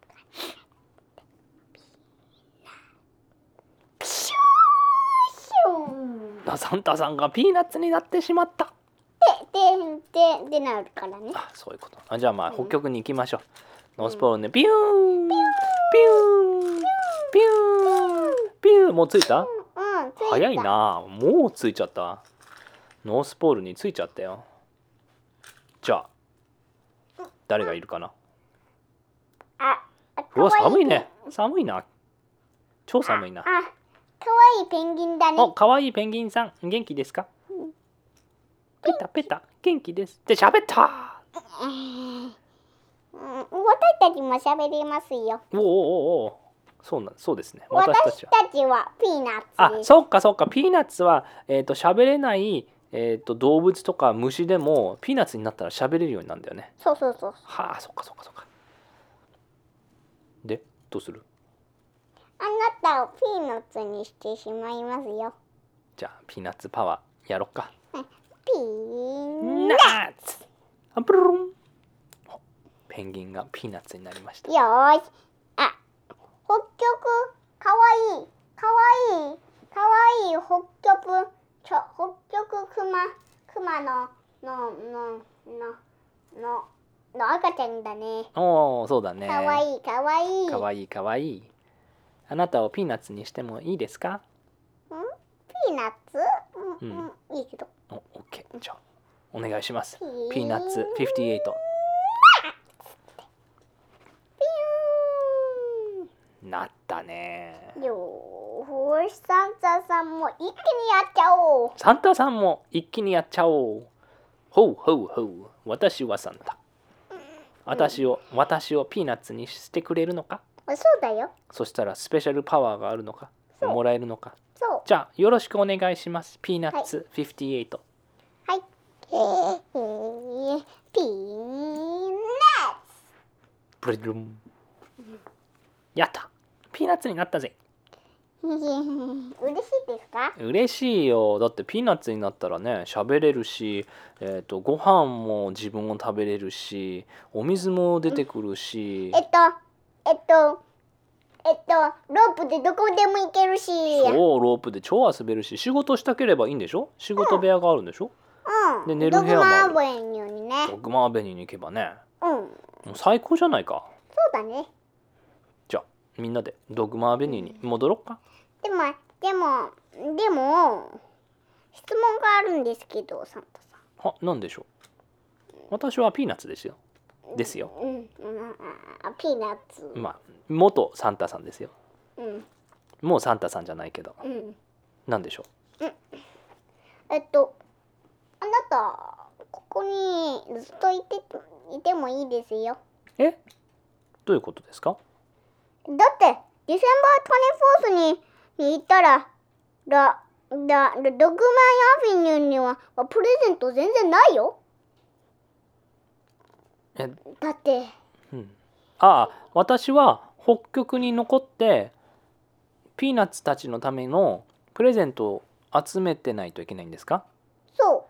ピシューシューあ、サンタさんがピーナッツになってしまった。 ででででなるからね。 あ、そういうこと。あ、じゃあまあ、うん、北極に行きましょう。ノースポールね、ピューンピューンピューンピューン、もう着いた？ うん、うん、着いた。 早いな、もう着いちゃった。ノースポールに着いちゃったよ。じゃあ誰がいるかな？ あ、 うわ、寒いね。寒いな。超寒いな。 あ、かわいいペンギンだね。 お、かわいいペンギンさん、元気ですか？ペタペタ、元気です。で、喋った。 うん、私たちも喋れますよ。 おおおお、そうなん、そうですね。 私たちは、私たちはピーナッツです。 あ、そうかそうか。ピーナッツはえっと喋れないえっと動物とか虫でもピーナッツになったら喋れるようになるんだよね。 そうそうそう。 はあ、そっかそっかそっか。で、どうする？ あなたをピーナッツにしてしまいますよ。 じゃあピーナッツパワーやろっか。 ピーナッツ。 あ、ブルルン。ペンギンがピーナッツになりました。 よーし。あ、北極かわいいかわいいかわいい北極ちょ北極クマクマのののののの赤ちゃんだね。 おお、そうだね。 かわいいかわいいかわいいかわいい。あなたをピーナッツにしてもいいですか？ ん？ピーナッツ？うん、うん、いいけど。 お、オッケー。じゃあお願いします。ピーナッツフィフティエイト。なったね。 よーし、サンタさんも一気にやっちゃおう。 サンタさんも一気にやっちゃおう。ほうほうほう。私はサンタ。私を、うん、私をピーナッツにしてくれるのか？ そうだよ。 そしたらスペシャルパワーがあるのか？もらえるのか？ そう。 じゃあよろしくお願いします。ピーナッツフィフティエイト。 はい。えー、ピーナッツ。 ブルルン。やった。ピーナッツになったぜ。 嬉しいですか？ 嬉しいよ。だってピーナッツになったらね、喋れるし、えっとご飯も自分も食べれるし、お水も出てくるし、 えっとえっとえっとロープでどこでも行けるし、 そうロープで超遊べるし、仕事したければいいんでしょ？仕事部屋があるんでしょ？ うん。 で寝る部屋もある。 ドッグマンアベニューにね。 ドッグマンアベニューに行けばね。 うん。 もう最高じゃないか。 そうだね。 じゃあみんなでドッグマンアベニューに戻ろっか。 でもでもでも質問があるんですけど、サンタさん。 あ、なんでしょう。私はピーナッツですよ。ですよ。 うん、うん、あ、ピーナッツ。 まあ元サンタさんですよ。 うん。 もうサンタさんじゃないけど。 うん。 なんでしょう。うん。えっとあなたここにずっといていてもいいですよ。 え？どういうことですか？ だってディセンバーにじゅうよっかにに行ったらだだドッグマンアベニューにはプレゼント全然ないよ。 えだって、 うん、ああ、私は北極に残ってピーナッツたちのためのプレゼントを集めてないといけないんですか？ そう。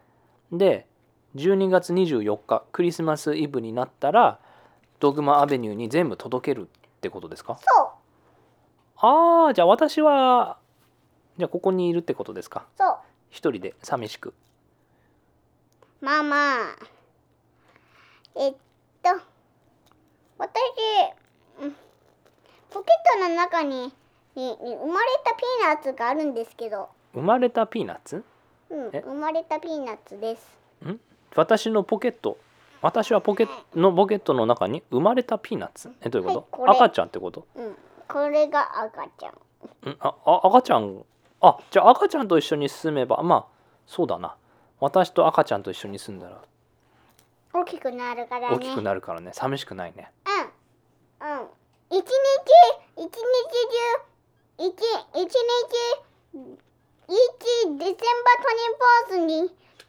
でじゅうにがつにじゅうよっかクリスマスイブになったらドッグマンアベニューに全部届けるってことですか？ そう。 ああ、じゃあ私はじゃあここにいるってことですか？ そう。 一人で寂しく。 ママ、えっと私、うん、ポケットの中ににに生まれたピーナッツがあるんですけど。 生まれたピーナッツ？ うん、生まれたピーナッツです。 ん？私のポケット、私はポケットのポケットの中に生まれたピーナッツ？え、どういうこと？はい、赤ちゃんってこと？ うん、これが赤ちゃん。 ん、あ、あ、赤ちゃん。あ、じゃあ赤ちゃんと一緒に住めば、まあそうだな。私と赤ちゃんと一緒に住んだら大きくなるからね。 大きくなるからね、寂しくないね。 うん、うん。一日一日中一一日一ディセンバーにじゅうよっかに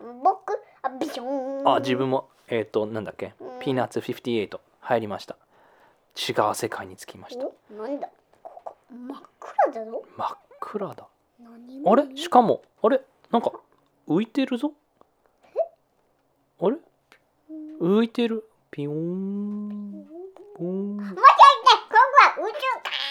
僕あビショーン。 あ、自分もえっ、となんだっけ、 うんピーナッツフィフティエイト入りました。違う世界に着きました。 おなんだここ真っ暗だぞ。 真っ暗だ。 何もあれ、しかもあれなんか浮いてるぞ。あれ浮いてる。ピヨーンポーン。 もうちょいね、ここは宇宙か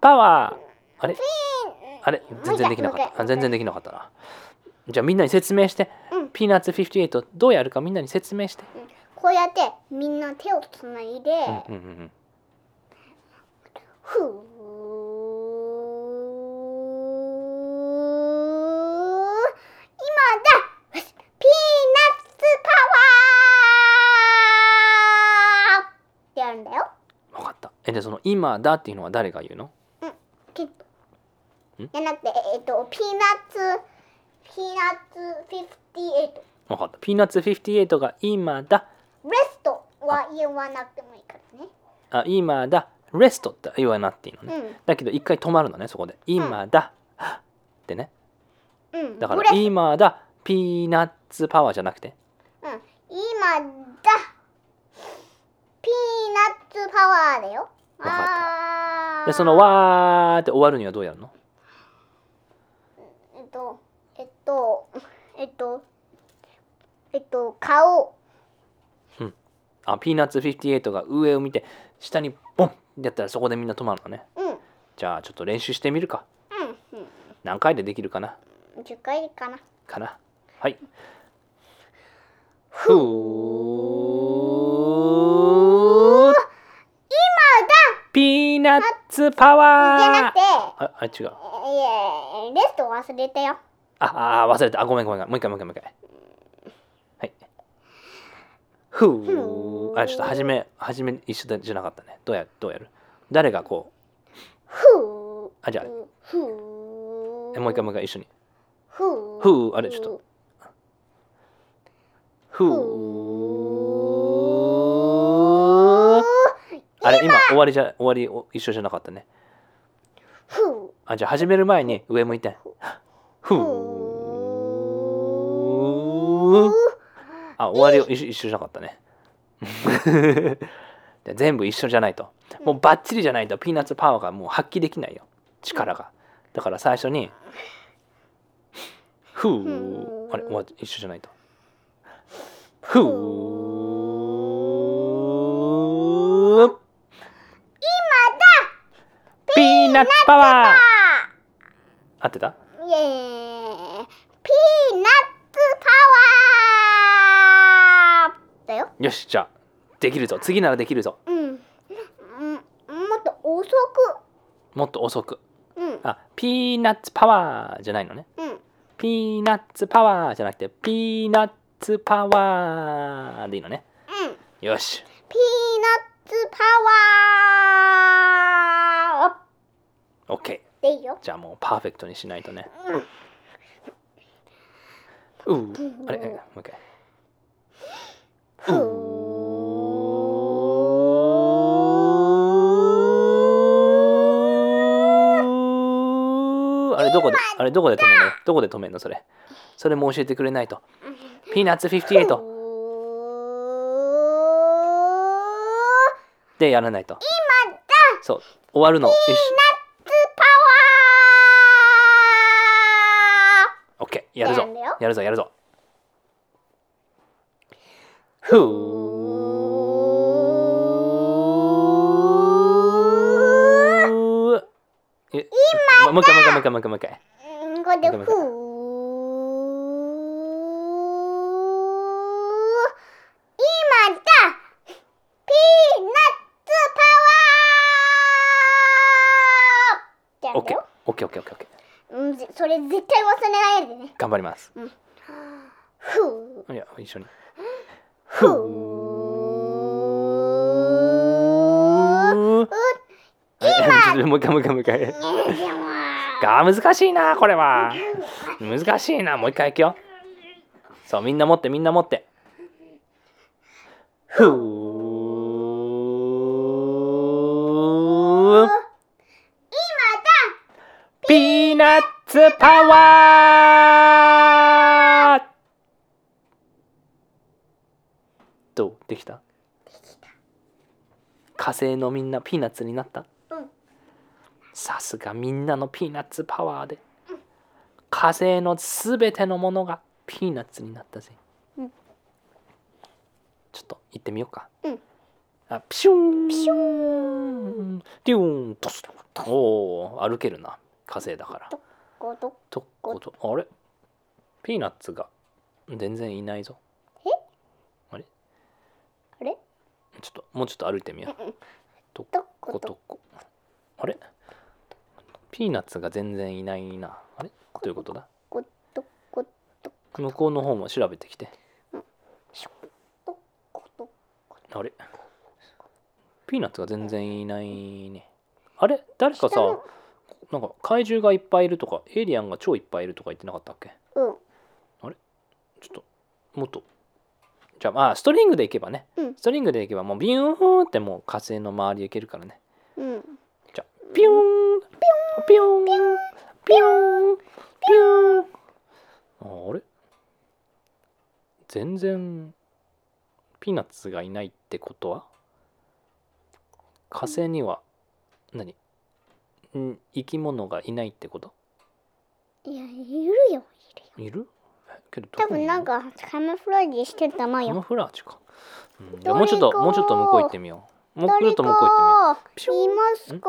パワー。あれピーあれ全然できなかった。 もう一回あ全然できなかったな。じゃあみんなに説明して。 うんピーナッツフィフティエイトどうやるかみんなに説明して。 こうやってみんな手をつないで、 うんうんうんうん。 ふう今だピーナッツパワーってやるんだよ。 分かった。えでその今だっていうのは誰が言うの？ ケントんじゃなくてえっとピーナッツピーナッツフィフティエイト。 分かった。ピーナッツフィフティエイトが今だ。 レストは言わなくてもいいからね。 あ今だ。レストって言わなくていいのね。 うんだけど一回止まるのねそこで。今だ。ってね。 うん。 だからブレス今だ。ピーナッツパワーじゃなくて。 うん。今だピーナッツパワーだよ。 わかったあーでそのわーって終わるにはどうやるの？ えっとえっとえっとえっと顔。 あピーナッツフィフティエイトが上を見て下にボンってやったらそこでみんな止まるのね。 うんじゃあちょっと練習してみるか。 うんうん。 何回でできるかなじゅっかいかな。 かな。はい。ふう。 今だピーナッツパワー。 じゃなくてああれ違う。 いえレスト忘れたよ。 ああ忘れた。あごめんごめん。もう一回もう一回もう一回。はい。ふう。あちょっと初め初め一緒じゃなかったね。どうやどうやる？誰がこう。 ふうあじゃあふうえもう一回もう一回一緒に。 ふうふうあれちょっと。ふう。あれ今終わりじゃ終わりお一緒じゃなかったね。 ふうあじゃあ始める前に上向いて。ふう。あ終わりを一緒一緒じゃなかったね。で全部一緒じゃないと。もうバッチリじゃないとピーナッツパワーがもう発揮できないよ。力が。だから最初に。ふう。あれ終わ一緒じゃないと。ふう。 今だピーナッツパワー。合ってた？ イエーイピーナッツパワーだよ。 よしじゃあできるぞ。次ならできるぞ。 うん、うん、もっと遅く。 もっと遅く。 うんあピーナッツパワーじゃないのね。 うんピーナッツパワーじゃなくてピーナッツパワーでいいのね。 うんよし。 ピーナッツパワー OK。 でいいよ。 じゃあもうパーフェクトにしないとね。ううあれもう一回。 ふうあれどこであれどこで止めんのどこで止めんのそれ。それも教えてくれないと。ピーナッツフィフティエイトでやらないと。 今だそう終わるの。よし。 ピーナッツパワー OK やるぞやるんだよ。 やるぞやるぞ。ふう。えもう一回もう一回もう一回もう一回もう一回。 うんこれでふうもう一回もう今だピーナッツパワーってやるんだよ。 オッケーオッケーオッケーオッケー。 うんぜそれ絶対忘れないでね。 頑張ります。 ふういや一緒に。 ふうあれちょっともう一回もう一回もう一回。が難しいなこれは。難しいなもう一回いくよ。そうみんな持ってみんな持って。ふう。 今だピーナッツパワー。どうできた？火星のみんなピーナッツになった？ うんさすがみんなのピーナッツパワーで火星のすべてのものがピーナッツになったぜ。 うんちょっと行ってみようか。 うんあ、ピシュンピシュンデューントス。おお、歩けるな。火星だから。 こどとっことあれピーナッツが全然いないぞ。 えあれあれちょっともうちょっと歩いてみよう。とっどことっこ。あれピーナッツが全然いないな。あれどういうことだ。 こどこど向こうの方も調べてきて。 どこどあれピーナッツが全然いないね。あれ誰かさ、 下のなんか怪獣がいっぱいいるとかエイリアンが超いっぱいいるとか言ってなかったっけ。 うんちょっともっとじゃあまあストリングでいけばね、 うんストリングでいけばもうビューンってもう火星の周り行けるからね。 うんじゃあピューンピューンピューンピューンピューン。あれ全然ピーナッツがいないってことは火星には何ん生き物がいないってこと。 いやいるよいるよいるけどど多こにいる分なんかカモフラージュしてたまカモよフラージュか、うん、じゃあもうちょっともうちょっと向こう行ってみよう。もうちょっと向こう行ってみよう。ピューンいますか？います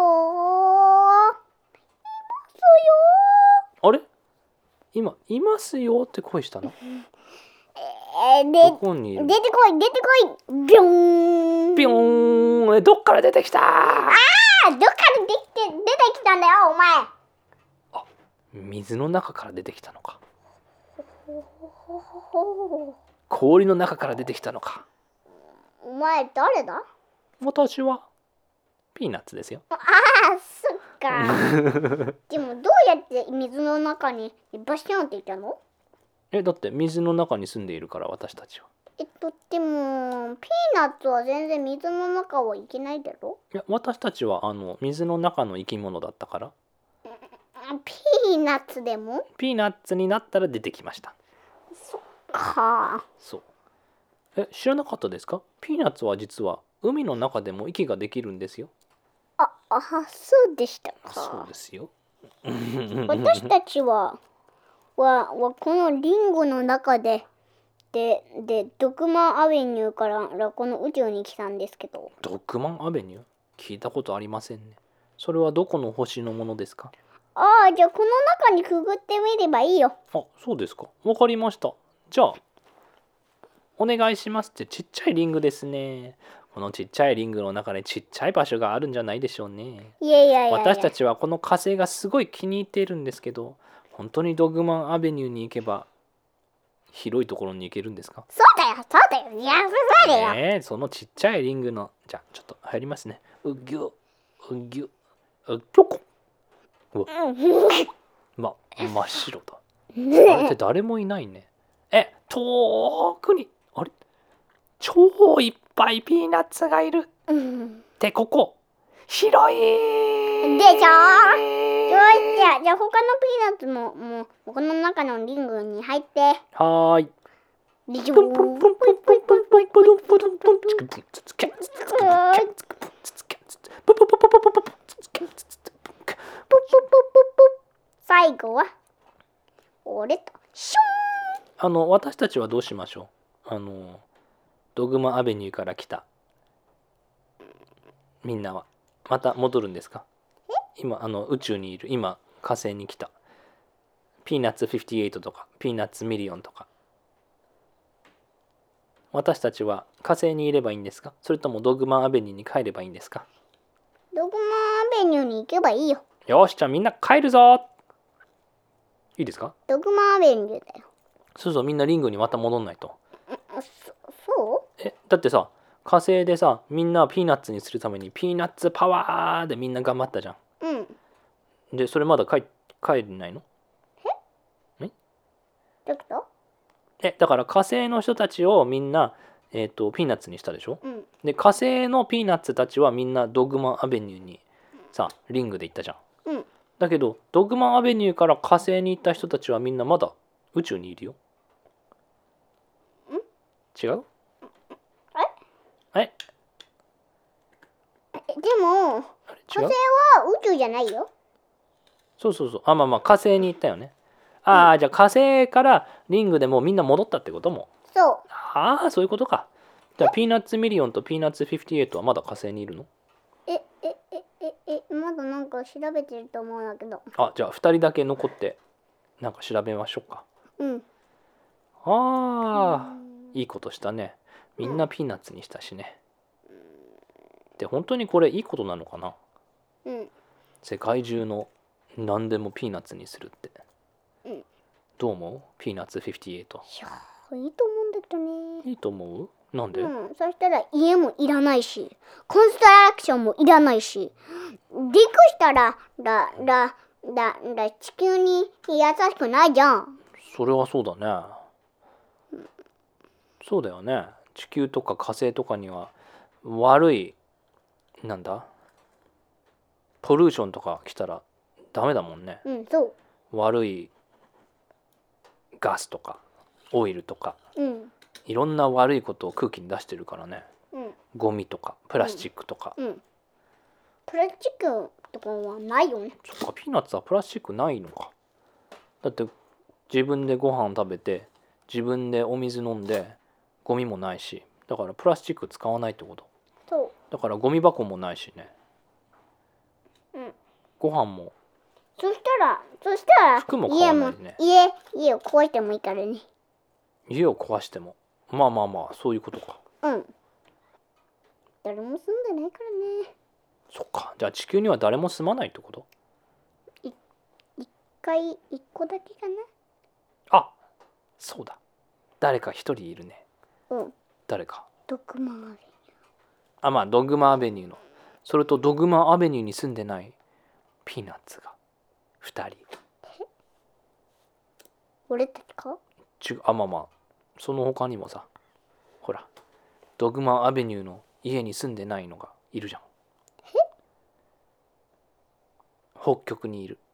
あれ今いますよって声したの。 よ。えー、でどこにいる。 出てこい出てこい。ビョーン。 ピョーンえどっから出てきた。 ああどっからできて出てきたんだよお前。 あ水の中から出てきたのか。氷の中から出てきたのか。 お前誰だ？ 私はピーナッツですよ。 ああそっか。でもどうやって水の中にバシャンっていたの？ えだって水の中に住んでいるから私たちは。 えっとでもピーナッツは全然水の中は行けないだろ？ いや私たちはあの水の中の生き物だったから。 ピーナッツでも？ ピーナッツになったら出てきました。 そっか。 そうえ知らなかったですか。ピーナッツは実は海の中でも息ができるんですよ。 ああそうでしたか。 そうですよ。 私たちはははこのリンゴの中でででドクマンアベニューからこの宇宙に来たんですけど。 ドッグマンアベニュー聞いたことありませんね。それはどこの星のものですか。 ああじゃあこの中にくぐってみればいいよ。 あそうですか。わかりました。じゃあお願いしますってちっちゃいリングですね。このちっちゃいリングの中にちっちゃい場所があるんじゃないでしょうね。 いやいやいやいや私たちはこの火星がすごい気に入っているんですけど、本当にドッグマンアベニューに行けば広いところに行けるんですか。 そうだよそうだよいやそうだよ、 ねえそのちっちゃいリングのじゃあちょっと入りますね。うぎゅうぎゅうぴょこうわま真っ白だ。あれって誰もいないね。え遠くにあれ超いっぱいピーナッツがいるうんってここ広いでしょ。よしじゃあじゃあ他のピーナッツももうこの中のリングに入って。 はーい。 でしょ。 プンプンプンプンプンプンプンプンプンプンプンプンチクプンツツキャツツキャツツキャツプンツツキャツツプンプンプンプンプンプンプンツツキャツツツプンポッポッポッポッポッ最後は俺とシあの私たちはどうしましょう。あのドグマアベニューから来たみんなはまた戻るんですか。今あの宇宙にいる今火星に来たピーナッツごじゅうはちとかピーナッツミリオンとか私たちは火星にいればいいんですか。それともドグマンアベニューに帰ればいいんですか。 ュードグマンアベニューに行けばいいよ。 よしじゃあみんな帰るぞ。いいですか。 ドグマンアベニューだよ。 そうそうみんなリングにまた戻んないと。 そそえだってさ火星でさみんなピーナッツにするためにピーナッツパワーでみんな頑張ったじゃん。 ううんでそれまだ帰帰れないの。 どういうこと？ えだから火星の人たちをみんな、えー、とピーナッツにしたでしょ。 うんで火星のピーナッツたちはみんなドッグマンアベニューにさリングで行ったじゃん。 うんだけどドッグマンアベニューから火星に行った人たちはみんなまだ宇宙にいるよ。 ん違うえええでもあれ違う火星は宇宙じゃないよ。 そうそうそうあまあまあ火星に行ったよね。ああ、うん、じゃあ火星からリングでもうみんな戻ったってことも。 そうああそういうことか。 じゃあピーナッツミリオンとピーナッツフィフティエイトはまだ火星にいるの？ えええええまだなんか調べてると思うんだけど。 あ、じゃあふたりだけ残ってなんか調べましょうか。 うんああ、いいことしたね。みんなピーナッツにしたしね。で本当にこれいいことなのかな？ うん世界中の何でもピーナッツにするって。 うんどう思う？ピーナッツフィフティエイト。 いやいいと思うんだけどね。 いいと思う？なんで？ うん、そしたら家もいらないし、コンストラクションもいらないし、でくしたらだだだだ地球に優しくないじゃん。 それはそうだね。そうだよね。地球とか火星とかには悪いなんだポリューションとか来たらダメだもんね。 うん、そう。 悪いガスとかオイルとかうんいろんな悪いことを空気に出してるからね。 うんゴミとかプラスチックとか。 うん。プラスチックとかはないよね。 そっか、ピーナッツはプラスチックないのか。だって自分でご飯食べて自分でお水飲んでゴミもないし、だからプラスチック使わないってこと。 そう。 だからゴミ箱もないしね。 うん。 ご飯も。 そしたらそしたら服も買わないね。 家も家家を壊してもいいからね。 家を壊してもまあまあまあそういうことか。 うん。誰も住んでないからね。 そっか、じゃあ地球には誰も住まないってこと？ 一回一個だけかあ、そうだ。誰か一人いるね。 な。うん。 誰か。 ドクマまで。 あ、まあドグマアベニューの。それとドグマアベニューに住んでないピーナッツがふたり。 俺たちか？ ちゅあまあまあその他にもさ、ほらドグマアベニューの家に住んでないのがいるじゃん。北極にいる。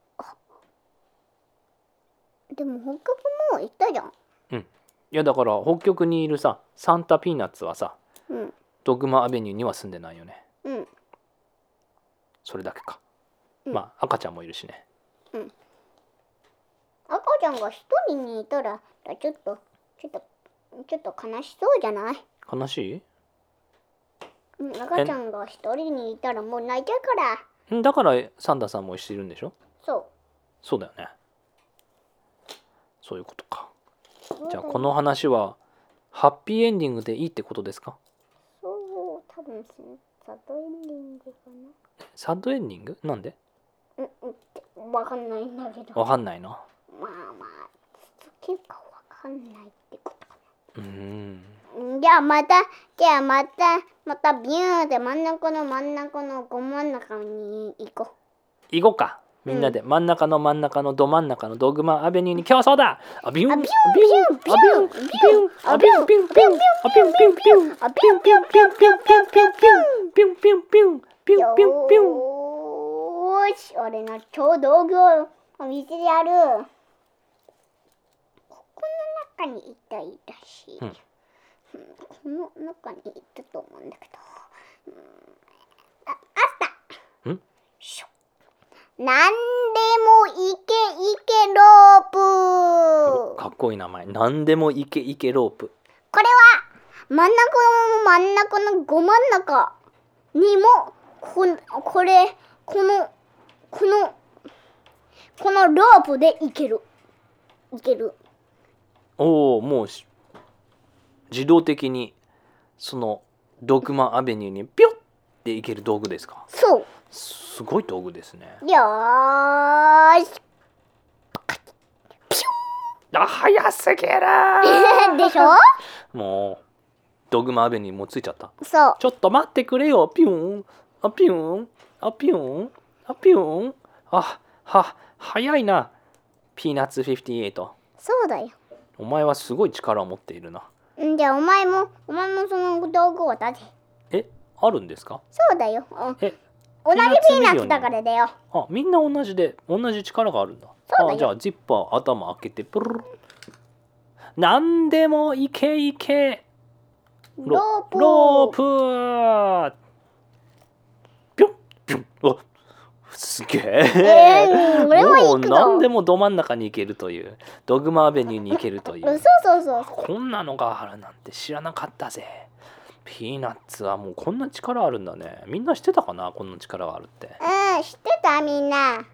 でも北極も行ったじゃん。 うん。いやだから北極にいるさサンタピーナッツはさ、 うん。 ドグマアベニューには住んでないよね。 うん。 それだけか。 うん、 まあ赤ちゃんもいるしね。 うん。赤ちゃんが一人にいたらちょっとちょっとちょっと悲しそうじゃない？ 悲しい？ うん、赤ちゃんが一人にいたらもう泣いちゃうから。 だからサンタさんもしてるんでしょ？ そう。 そうだよね。そういうことか。 そうじゃあこの話はハッピーエンディングでいいってことですか？ そう、多分サッドエンディングかな。 サッドエンディング？なんで？ うんうん、わかんないんだけど。 わかんないな。 まあまあ、結構わかんないってことかうーん。 な。じゃあまた、じゃあまた、またビューンって真ん中の真ん中のご真ん中に行こう。 行こうか。みんなで真ん中の真ん中のど真ん中のドグマアベニューに競争だ。あビュンあビュンビュンビュンビュンあビュンビュンビュンあビュンビュンビュンあビュンビュンビュンビュンビュンビュンビュンビュンビュンビュンビュンビュンビュン。 よーし、俺の超道具を見せてやる。ここの中にいたいらしい。 うんこの中にいたと思うんだけど。うん、あ、あった。 ん？ しょ。なんでもいけいけロープ。 かっこいい名前。なんでもいけいけロープ。 これは真ん中の真ん中のご真ん中にもここれこのこのこのロープでいけるいける。 おお、もう自動的にそのドグマアベニューにピョッっていける道具ですか？ そう。 すごい道具ですね。 よーし。ピュあ、早すぎるンでしょ？ もうドグマアベニューもついちゃった。 そう。 ちょっと待ってくれよ。ピュンあピュンあピュンあピュンあは早いな。ピーナッツフィフティエイト。 そうだよ。 お前はすごい力を持っているな。 んじゃあお前もお前もその道具を出せ。 え、あるんですか？ そうだよ。 え、 同じピーナッツだからだよ。 あ、みんな同じで同じ力があるんだ。 そうだよ。 あ、じゃあジッパー頭開けてプルル。なんでもいけいけロープロープピュンピュン。あ、 すげええ、 ー、俺も行くもう何の。 でもど真ん中に行けるという、ドッグマアベニューに行けるという。 そうそうそうそう。 こんなのがあるなんて知らなかったぜ。ピーナッツはもうこんな力あるんだね。みんな知ってたかな、こんな力があるって。 うん、知ってたみんな。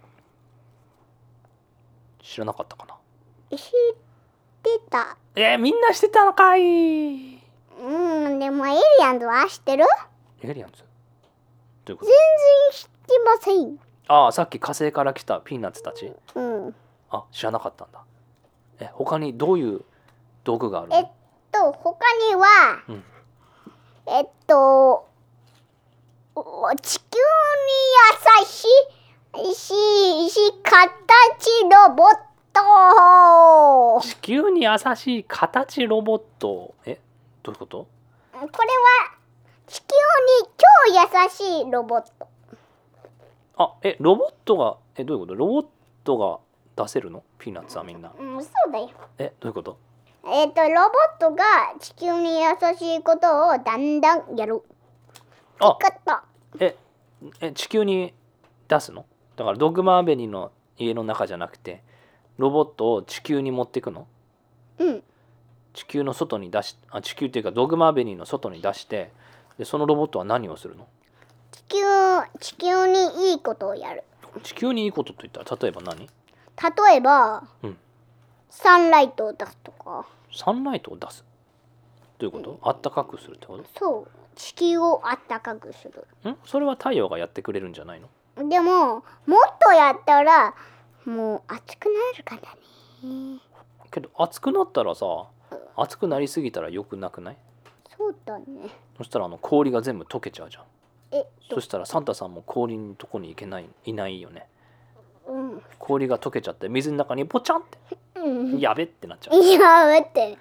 知らなかったかな。 知ってた。 えー、みんな知ってたのかい。 うん、でもエイリアンズは知ってる？ エイリアンズどういうこ全然知ってません。 と？ああ、さっき火星から来たピーナッツたち。 うん。 あ、知らなかったんだ。え、他にどういう道具があるの？ えっと、他には、 うん、 えっと、お地球に優しいし、し形ロボット。 地球に優しい形ロボット。え、どういうこと？ これは地球に超優しいロボット。 あ、え、ロボットが、え、どういうこと？ロボットが出せるの？ピーナッツはみんな。 うん、そうだよ。 え、どういうこと？ えっと、ロボットが地球に優しいことをだんだんやる。 あ、 わかった。 え、え、地球に出すの？だからドッグマーベリーの家の中じゃなくて、ロボットを地球に持っていくの？ うん。 地球の外に出し、あ、地球っていうかドッグマーベリーの外に出して、でそのロボットは何をするの？ 地球、地球にいいことをやる。 地球にいいことといったら例えば何？ 例えば、 うん、 サンライトを出すとか。 サンライトを出す。どういうこと？あったかくするってこそう。地球をあったかくする。 と？ん？それは太陽がやってくれるんじゃないの？ でも、もっとやったら、もう暑くなるからね。 けど暑くなったらさ、暑くなりすぎたら良くなくない？ そうだね。 そしたらあの氷が全部溶けちゃうじゃん。 えっと、 そしたらサンタさんも氷のとこに行けない、いないよね。 うん。 氷が溶けちゃって水の中にポチャンってうん。 やべってなっちゃう。 いや、待って。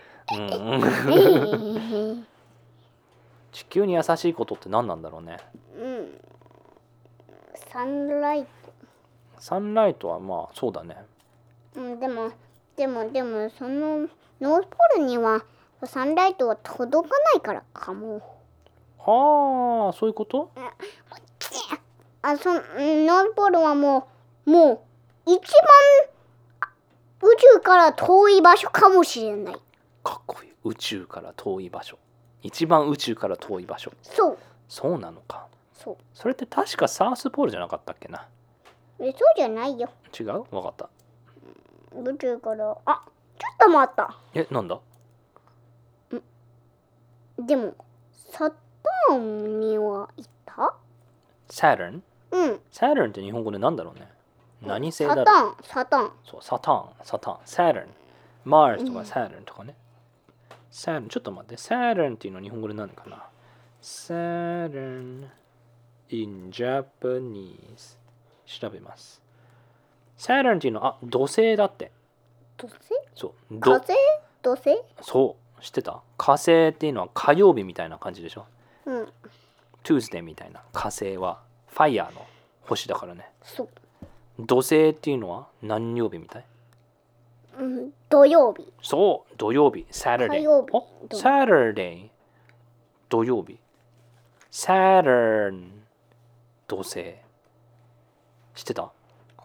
うん地球に優しいことって何なんだろうね。 うん。サンライト。 サンライトはまあそうだね。 うん、でも、でも、でも、その、ノースポールにはサンライトは届かないからかも。 ああ、そういうこと？ あ、その、ノースポールはもう、もう、一番宇宙から遠い場所かもしれない。 かっこいい。宇宙から遠い場所。一番宇宙から遠い場所。 そう。 そうなのか。 そう。 それって確かサウスポールじゃなかったっけな。 え、そうじゃないよ。 違う？わかった。 宇宙から、あ、ちょっと待った。 え、なんだ？ でも、サターンにはいた？ Saturn？ うん。 Saturn って日本語でなんだろうね。何星だろう？ サターン、サターン。 そう、サターン、サターン、Saturn、Mars とか Saturn とかね。Saturn、ちょっと待って、Saturn っていうのは日本語で何かな？ Saturn in Japanese 調べます。Saturn っていうのは、あ、土星だって。 土星？ そう、 火星？土星？ そう、知ってた？火星っていうのは火曜日みたいな感じでしょ？ うん。 Tuesday みたいな。火星はファイヤーの星だからね。 そう。 土星っていうのは何曜日みたい？ うん、土曜日。 そう、土曜日。Saturday。 火曜日。 お、Saturday。土曜日。Saturn。土星。知ってた？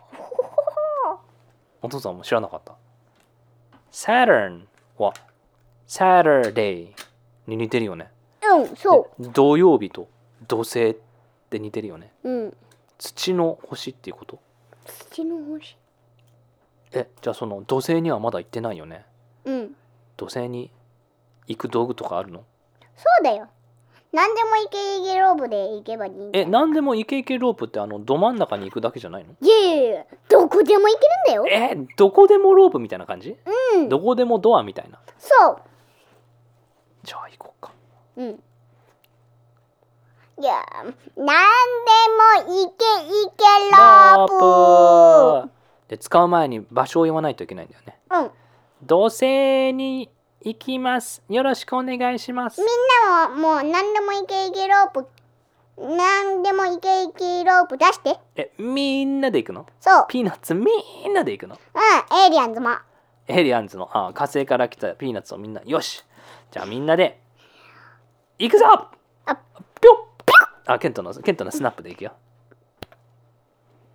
お父さんも知らなかった。Saturn は Saturday に似てるよね。 うん、そう。 土曜日と土星って似てるよね。 うん。 土の星っていうこと？ 土の星。 え、じゃあその土星にはまだ行ってないよね。 うん。 土星に行く道具とかあるの？ そうだよ。何でもイケイケロープで行けばいいんだよ。 え、何でもイケイケロープってあのど真ん中に行くだけじゃないの？ いやいやいや、どこでも行けるんだよ。 え、どこでもロープみたいな感じ？ うん。 どこでもドアみたいな。 そう。 じゃあ行こうか。 うん。いや、何でもイケイケロープ。 で、使う前に場所を言わないといけないんだよね。 うん。 土星に行きます。よろしくお願いします。 みんなももう何でもイケイケロープ、何でもイケイケロープ出して。 え、みんなで行くの？ そう。 ピーナッツみんなで行くの？ うん、エイリアンズも。 エイリアンズのあ火星から来たピーナッツをみんな、よし。じゃあみんなで行くぞ。 あ、 ぴょっぴょっ。あ、ケントのケントのスナップで行くよ。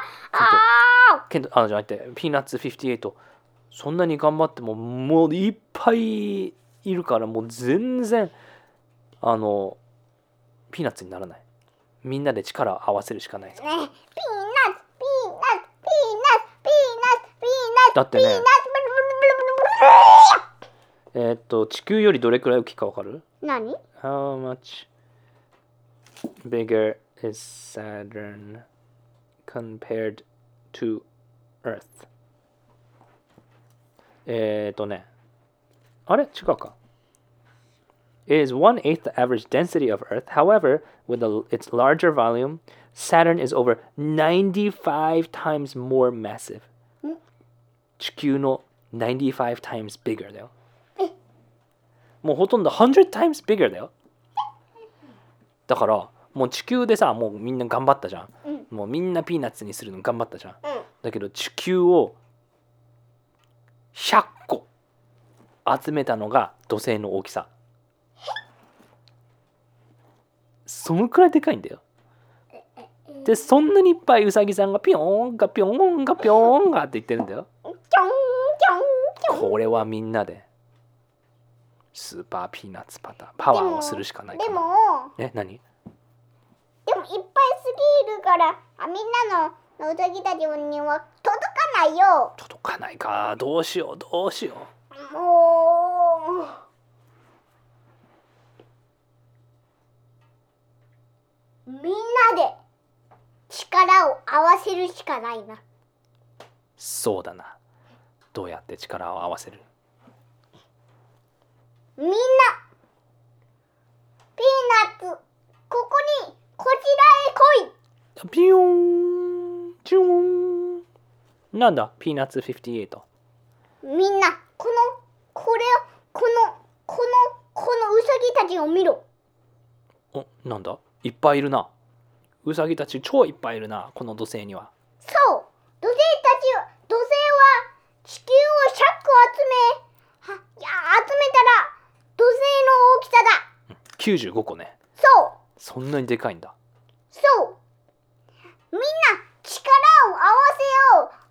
あケントあじゃなくてピーナッツごじゅうはちそんなに頑張ってももういっぱいいるからもう全然あのピーナッツにならない。みんなで力を合わせるしかない。 ね、ピーナッツピーナッツピーナッツピーナッツピーナッツだってねピーナッツえーっと地球よりどれくらい大きいかわかる？ 何？ How much bigger is Saturn compared to Earth? えーっとねあれ違うか。It is one eighth the average density of Earth. However, with a, its larger volume, Saturn is over ninety-five times more massive. 地球のninety-five times bigger だよ。もうほとんどone hundred times bigger だよ。だからもう地球でさもうみんな頑張ったじゃん。 うん、 もうみんなピーナッツにするの頑張ったじゃん。 うん、 だけど地球をひゃっこ集めたのが土星の大きさ。そのくらいでかいんだよ。でそんなにいっぱいウサギさんがピョーンがピョーンがピョーンがって言ってるんだよ。これはみんなでスーパーピーナッツパターパワーをするしかないかな。 でもえ何？ でもいっぱいすぎるからあみんなのウサギたちには届かないよ。 届かないか。どうしようどうしよもうみんなで力を合わせるしかないな。 そうだな。どうやって力を合わせる？ みんなピーナッツここにこちらへ来い。 ピヨーンチューン。なんだピーナッツごじゅうはち。 みんなこのこれをこのこのこのウサギたちを見ろ。 おなんだいっぱいいるな。ウサギたち超いっぱいいるなこの土星には。 そう土星たち土星は地球をひゃっこ集めはいや集めたら土星の大きさだ。 きゅうじゅうごこね。 そうそんなにでかいんだ。 そうみんな力を合わせよう。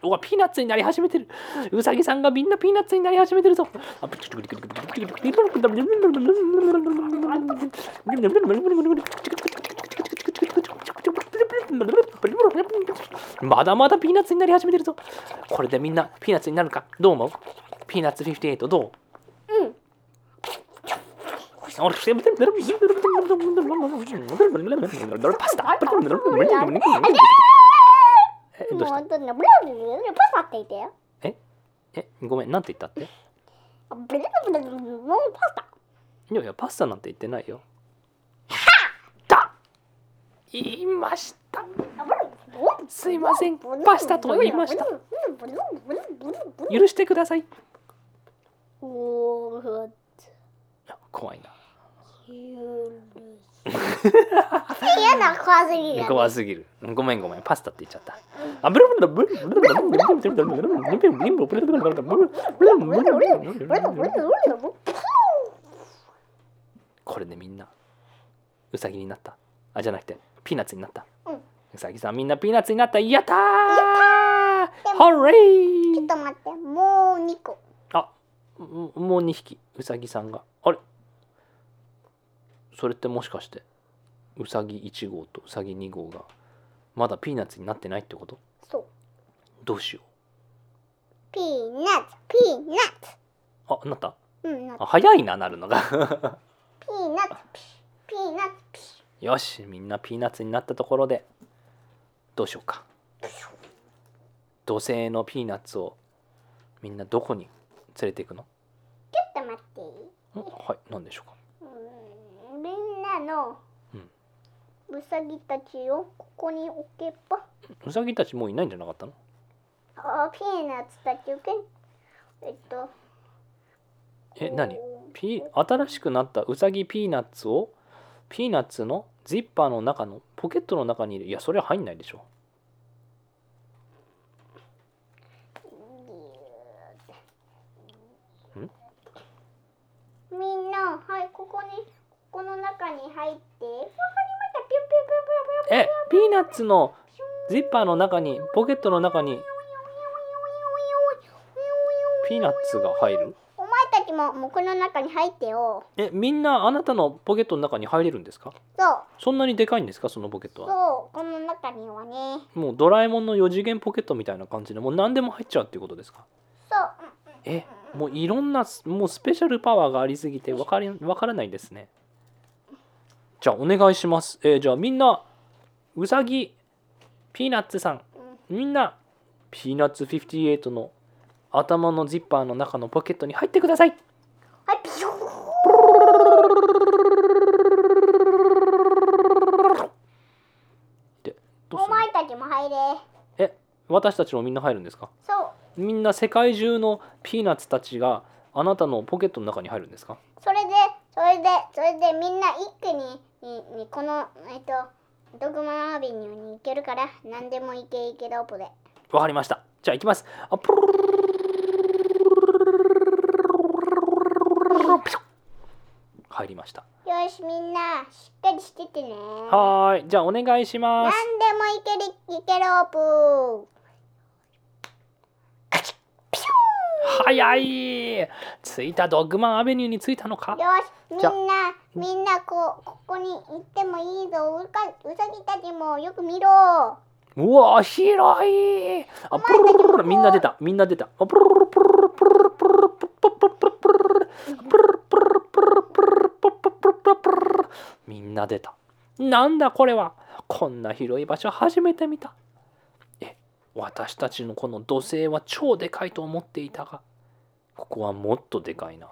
うわピーナッツになり始めてる。うさぎさんがみんなピーナッツになり始めてるぞ。まだまだピーナッツになり始めてるぞ。これでみんなピーナッツになるかどう思う？ピーナッツごじゅうはちどう？ うん。 パスタ。えどうした？ もう本当にブルブルブルブルパスタって言ってよ。 ええごめんなんて言ったって？ ブルブルブルブルもうパスタ。 いやいやパスタなんて言ってないよ。だ言いました。すいませんパスタと言いました。許してください。 おー怖いな。 嫌な怖すぎる。 怖すぎる。ごめんごめんパスタって言っちゃった。あブルブルブルブルブルブルブルブルブルブルブルブルブルブルブルブル。これでみんなウサギになった。あじゃなくてピーナッツになった。ウサギさんみんなピーナッツになった。やったー。ホーレー。 ちょっと待ってもうにこ。 あもうにひきウサギさんがあれ。それってもしかしてウサギいち号とウサギに号がまだピーナッツになってないってこと？ そう。 どうしよう。 ピーナッツピーナッツ。 あなった？ うんなった。 あ早いななるのが。 ピーナッツピーナッツピよしみんなピーナッツになったところでどうしようか。土星のピーナッツをみんなどこに連れていくの？ ちょっと待っていい？ はい何でしょうか。 みんなのウサギたちをここに置けば、 ウサギたちもういないんじゃなかったの？ あピーナッツたちをけえっとえ何ピ新しくなったウサギピーナッツをピーナッツのジッパーの中のポケットの中に入れる。いやそれは入んないでしょ。 みんなはいここにここの中に入って。わかりました。ピュンピュンピュンピュンピュン。 えピーナッツのジッパーの中にポケットの中にピーナッツが入る？ お前たちももうこの中に入ってよ。 えみんなあなたのポケットの中に入れるんですか？ そうそんなにでかいんですかそのポケットは？ そうこの中にはね。 もうドラえもんのよ次元ポケットみたいな感じでもう何でも入っちゃうっていうことですか？ そうえもういろんなもうスペシャルパワーがありすぎて分かり分からないですね。じゃあお願いします。えー、じゃあみんなうさぎピーナッツさんみんなピーナッツごじゅうはちの頭のジッパーの中のポケットに入ってください。 はいピュー。 でどうする？ お前たちも入れ。 え私たちもみんな入るんですか？ そうみんな世界中のピーナッツたちがあなたのポケットの中に入るんですか？ それでそれでそれでみんな一気にににこのえっとドグマアビニューに行けるから何でも行け行けロープで。 わかりました。じゃあ行きます。あプルルルルル入りました。 よしみんなしっかりしててね。 はーいじゃあお願いします。 何でも行ける行けロープ。 早い着いた。ドッグマンアベニューに着いたのか。 よしみんなみんなこうここに行ってもいいぞ。うかうさぎたちもよく見ろ。 うわ広い。あプルルルルルみんな出たみんな出た。あプルルルプルルルプルルプルルプルプルプルプルプルプルプルプルプルプルプルプルプルプルみんな出た。なんだこれは。こんな広い場所初めて見た。え私たちのこの土星は超でかいと思っていたがここはもっとでかいな。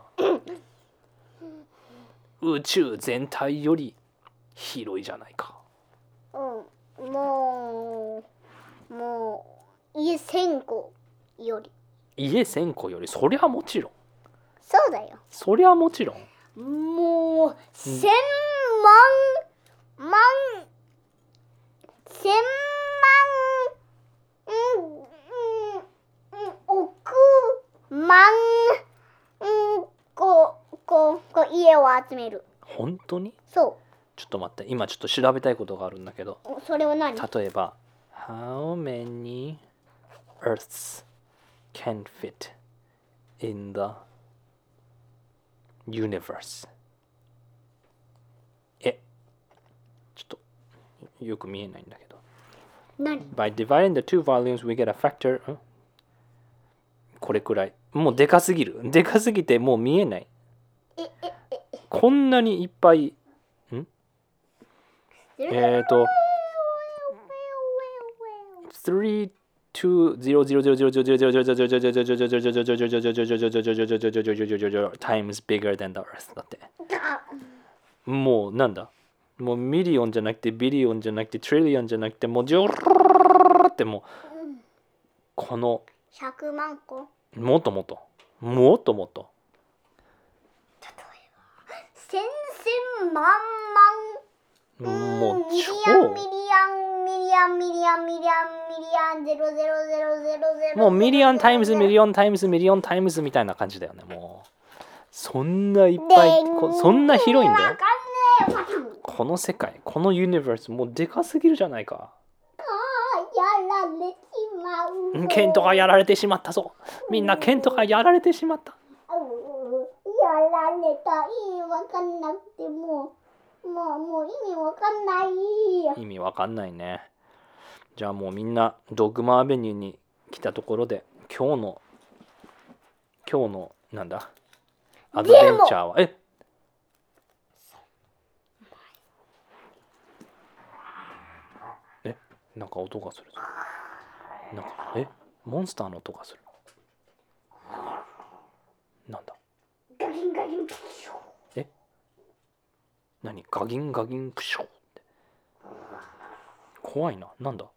宇宙全体より広いじゃないか。 うんもうもう家せんこより。 家せんこよりそりゃもちろん。 そうだよ。 そりゃもちろん。 もう千万万千万うんうんうん億万うんこうこうこう家を集める。 本当に？ そちょっと待って今ちょっと調べたいことがあるんだけど。 うそれは何？ 例えば How many Earths can fit in the universe. え、ちょっとよく見えないんだけど。 何 By dividing the two volumes, we get a factor. んこれくらい。もうでかすぎる。でかすぎてもう見えない。 え、え、え、え。 こんなにいっぱい。んえっと、three two zero zero zero zero zero zero zero zero zero times bigger than the earth だって。もうなんだもうミリオンじゃなくてビリオンじゃなくてトリリオンじゃなくてもうジョーってもうこのひゃくまんこ。 もっともっともっともっと例えば千千万万もうミリ超アンミリアンミリアンミリアンミリアンミリアンゼロゼロゼロゼロゼロもうミリオンタイムズミリオンタイムズミリオンタイムズみたいな感じだよね。もうそんないっぱいこそんな広いんだよ。この世界このユニバースもうでかすぎるじゃないか。 やられてしまう。 ケントがやられてしまったぞ。みんなケントがやられてしまった。 やられた。意味わかんなくてもうもうもう意味わかんない。 意味わかんないね。じゃあもうみんなドッグマアベニューに来たところで今日の今日のなんだアドベンチャーはええなんか音がするぞ。なんかえモンスターの音がする。なんだガギンガギンプシュえ何ガギンガギンプシュって怖いな。なんだ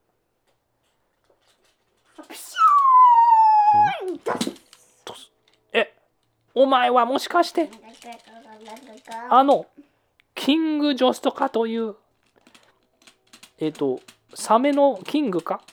プシんとすえお前はもしかしてあのキングジョストかというえっ、とサメのキングか。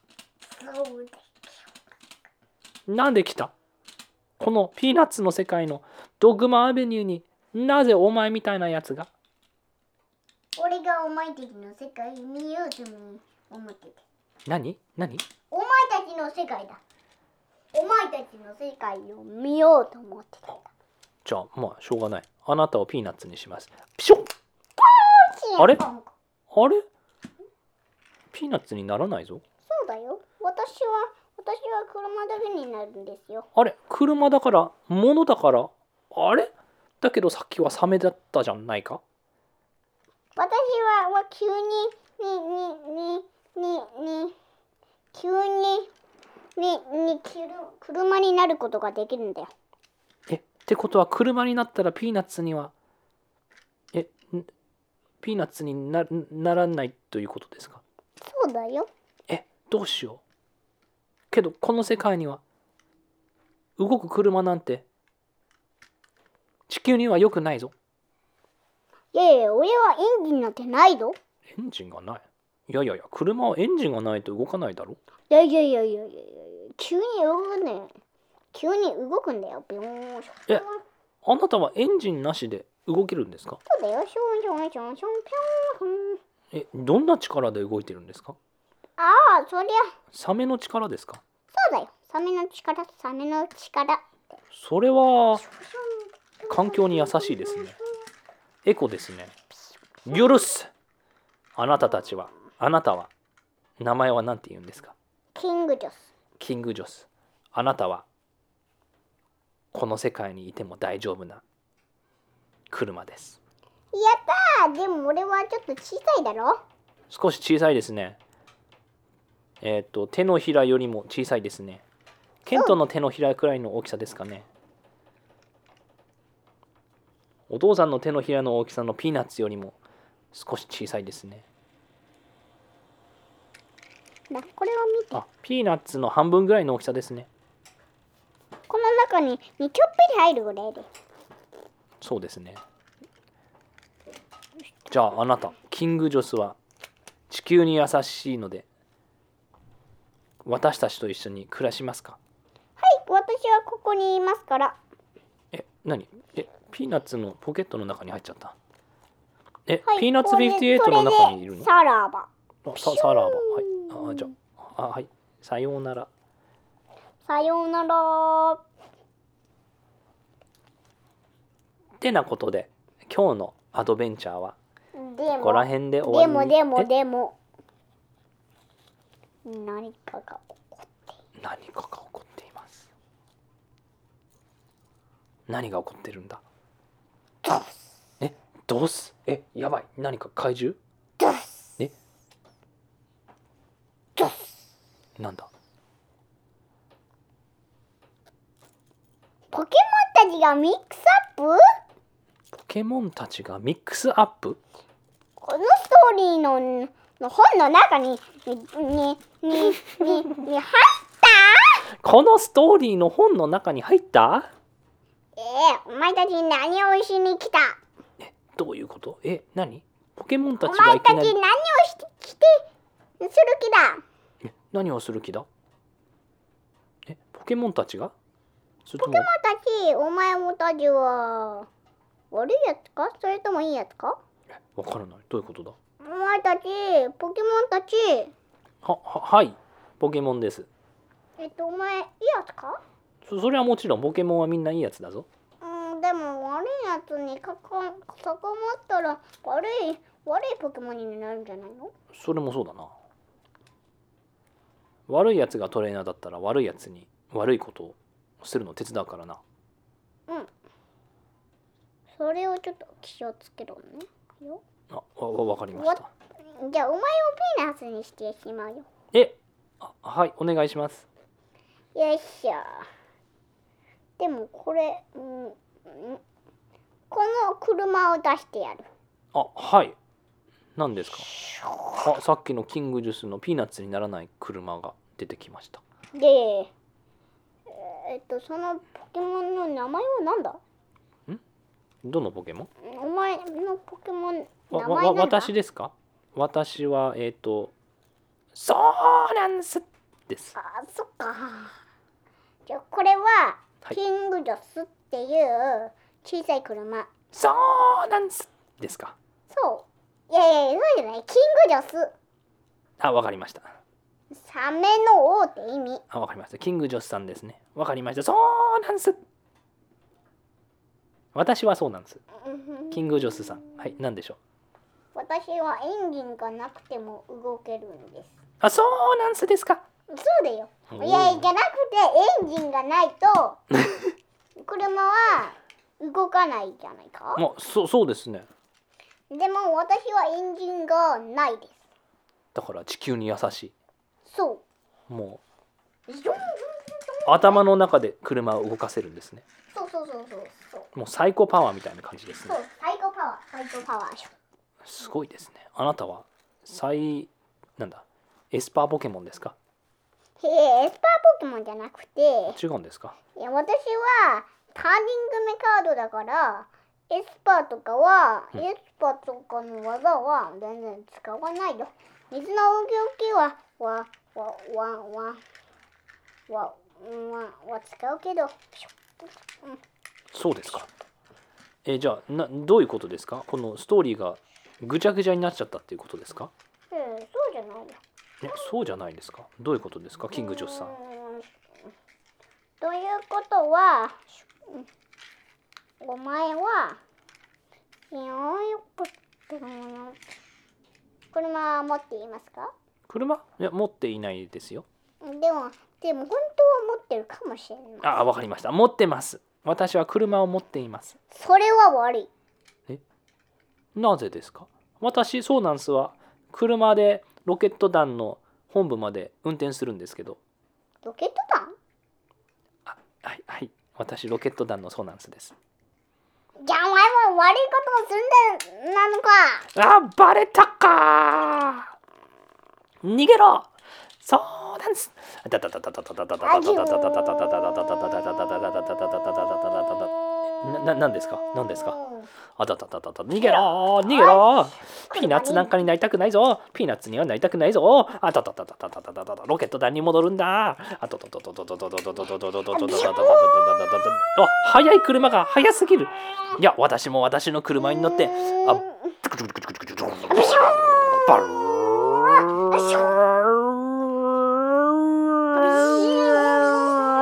なんで来たこのピーナッツの世界のドッグマンアベニューになぜお前みたいなやつが。 俺がお前たちの世界を見ようと思ってて。 何何お前たちの世界だ。お前たちの世界を見ようと思ってた。 じゃあまあしょうがない。あなたをピーナッツにします。ピショッあれあれピーナッツにならないぞ。 そうだよ。私は私は車だけになるんですよ。 あれ車だから物だからあれだけどさっきはサメだったじゃないか。 私はは急にににににに急ににに車になることができるんだよ。 えってことは車になったらピーナッツにはえピーナッツに な, ならないということですか。 そうだよ。 えどうしよう。けどこの世界には動く車なんて地球には良くないぞ。 いやいや俺はエンジンなんてないぞ。 エンジンがない。いやいやいや車はエンジンがないと動かないだろ。 いやいやいやいやいや急に動くね。急に動くんだよ。ビョーン。 えあなたはエンジンなしで動けるんですか。 そうだよ。シュンシュンシュンシュンピョン。 えどんな力で動いてるんですか。 ああそりゃサメの力ですか。 そうだよ。サメの力サメの力。 それは環境に優しいですね。エコですね。許す。あなたたちはあなたは名前は何て言うんですか。 キングジョス。 キングジョス。あなたはこの世界にいても大丈夫な車です。 やったー。でも俺はちょっと小さいだろ。 少し小さいですね。えっと手のひらよりも小さいですね。ケントの手のひらくらいの大きさですかね。お父さんの手のひらの大きさのピーナッツよりも少し小さいですね。 なこれを見て。 あ、ピーナッツの半分ぐらいの大きさですね。 この中ににちょっぴり入るぐらいで。 そうですね。じゃああなたキングジョスは地球に優しいので私たちと一緒に暮らしますか。 はい、私はここにいますから。 え、何え、ピーナッツのポケットの中に入っちゃった。え、 はい、 ピーナッツごじゅうはちの中にいるの。 さらば。 あささらば。はい。あ、じゃあ、あ、はい。さようなら。 さようなら。 てなことで今日のアドベンチャーはでもここら辺で終わりに。 でもでもえでも何かが起こって何かが起こっています。何が起こってるんだ。 ドスえどうすえやばい。何か怪獣。 ドスえドスなんだ。 ポケモンたちがミックスアップ。 ポケモンたちがミックスアップ。 このストーリーのの本の中にににににに入った。 このストーリーの本の中に入った。 えー、お前たち何をしに来た。 えどういうこと。え何ポケモンたおちが前たち何をいきなりしてしてする気だ。 え何をする気だ。えポケモンたちがそれともポケモンたち、お前もたちは悪いやつか、それともいいやつか。 えわからない。どういうことだ。 お前たち、ポケモンたち、 はははいポケモンです。 えっと、お前いいやつか。 そそれはもちろんポケモンはみんないいやつだぞ。 うん、でも悪いやつにかかかまったら悪い悪いポケモンになるんじゃないの。 それもそうだな。悪いやつがトレーナーだったら悪いやつに悪いことをするの手伝うからな。 うん。それをちょっと気をつけろね。よ。 あわわわかりました。 じゃあお前をピーナッツにしてしまうよ。 えあはいお願いします。 よいしょ。でもこれ、うん、うんこの車を出してやる。 あはい何ですか。あさっきのキングジュースのピーナッツにならない車が出てきました。 で、えー、っとそのポケモンの名前は何だ。 どのポケモン。 お前のポケモン名わわ前なんだ。 私ですか。私はえっ、ー、とそうなんですです。 あ、そっか。じゃあこれは、 はい、 キングジョスっていう小さい車。 そうなんですですか。 そう。いやいや、そうじゃない。キングジョス。 あわかりました。 サメの王って意味。 あわかりました。キングジョスさんですね。わかりました。そうなんです。私はそうなんです。キングジョスさん。はい、何でしょう。 私はエンジンがなくても動けるんです。 あ、そうなんすですか。 そうだよ。いやいやじゃなくてエンジンがないと車は動かないじゃないか。 もうそそうですね。 でも私はエンジンがないです。 だから地球に優しい。 そう。 もう頭の中で車を動かせるんですね。 そうそうそうそうそう。 もうサイコパワーみたいな感じですね。 そう、サイコパワー、サイコパワー。 すごいですね。あなたはサイなんだエスパーポケモンですか。 へえ、エスパーポケモンじゃなくて、 違うんですか。 いや私はターニングメカードだからエスパーとかは、うん、エスパーとかの技は全然使わないよ。水の動きはわわわわわわは使うけど、うん、 そうですか。えじゃあなどういうことですか。このストーリーがぐちゃぐちゃになっちゃったっていうことですか。 ええ、そうじゃないよ。 えそうじゃないですか。どういうことですか、キングジョスさん。 ということは、お前はよく車は持っていますか。 車いや持っていないですよ。 でもでも本当は持ってるかもしれない。 あ、わかりました。持ってます。私は車を持っています。 それは悪い。 えなぜですか。私そうなんすは車でロケット団の本部まで運転するんですけど。 ロケット団。 あはいはい私ロケット団のソーナンスです。 じゃあお前は悪いことをするんだなのか。 あバレたか。逃げろ。そうなんです。な、なんですかなんですか。あたたたたた逃げろ逃げろ。ピーナッツなんかになりたくないぞ。ピーナッツにはなりたくないぞ。あたたたたたたたたたロケット団に戻るんだ。あととととととととととととととととととあ速い車が速すぎる。いや私も私の車に乗ってあバルー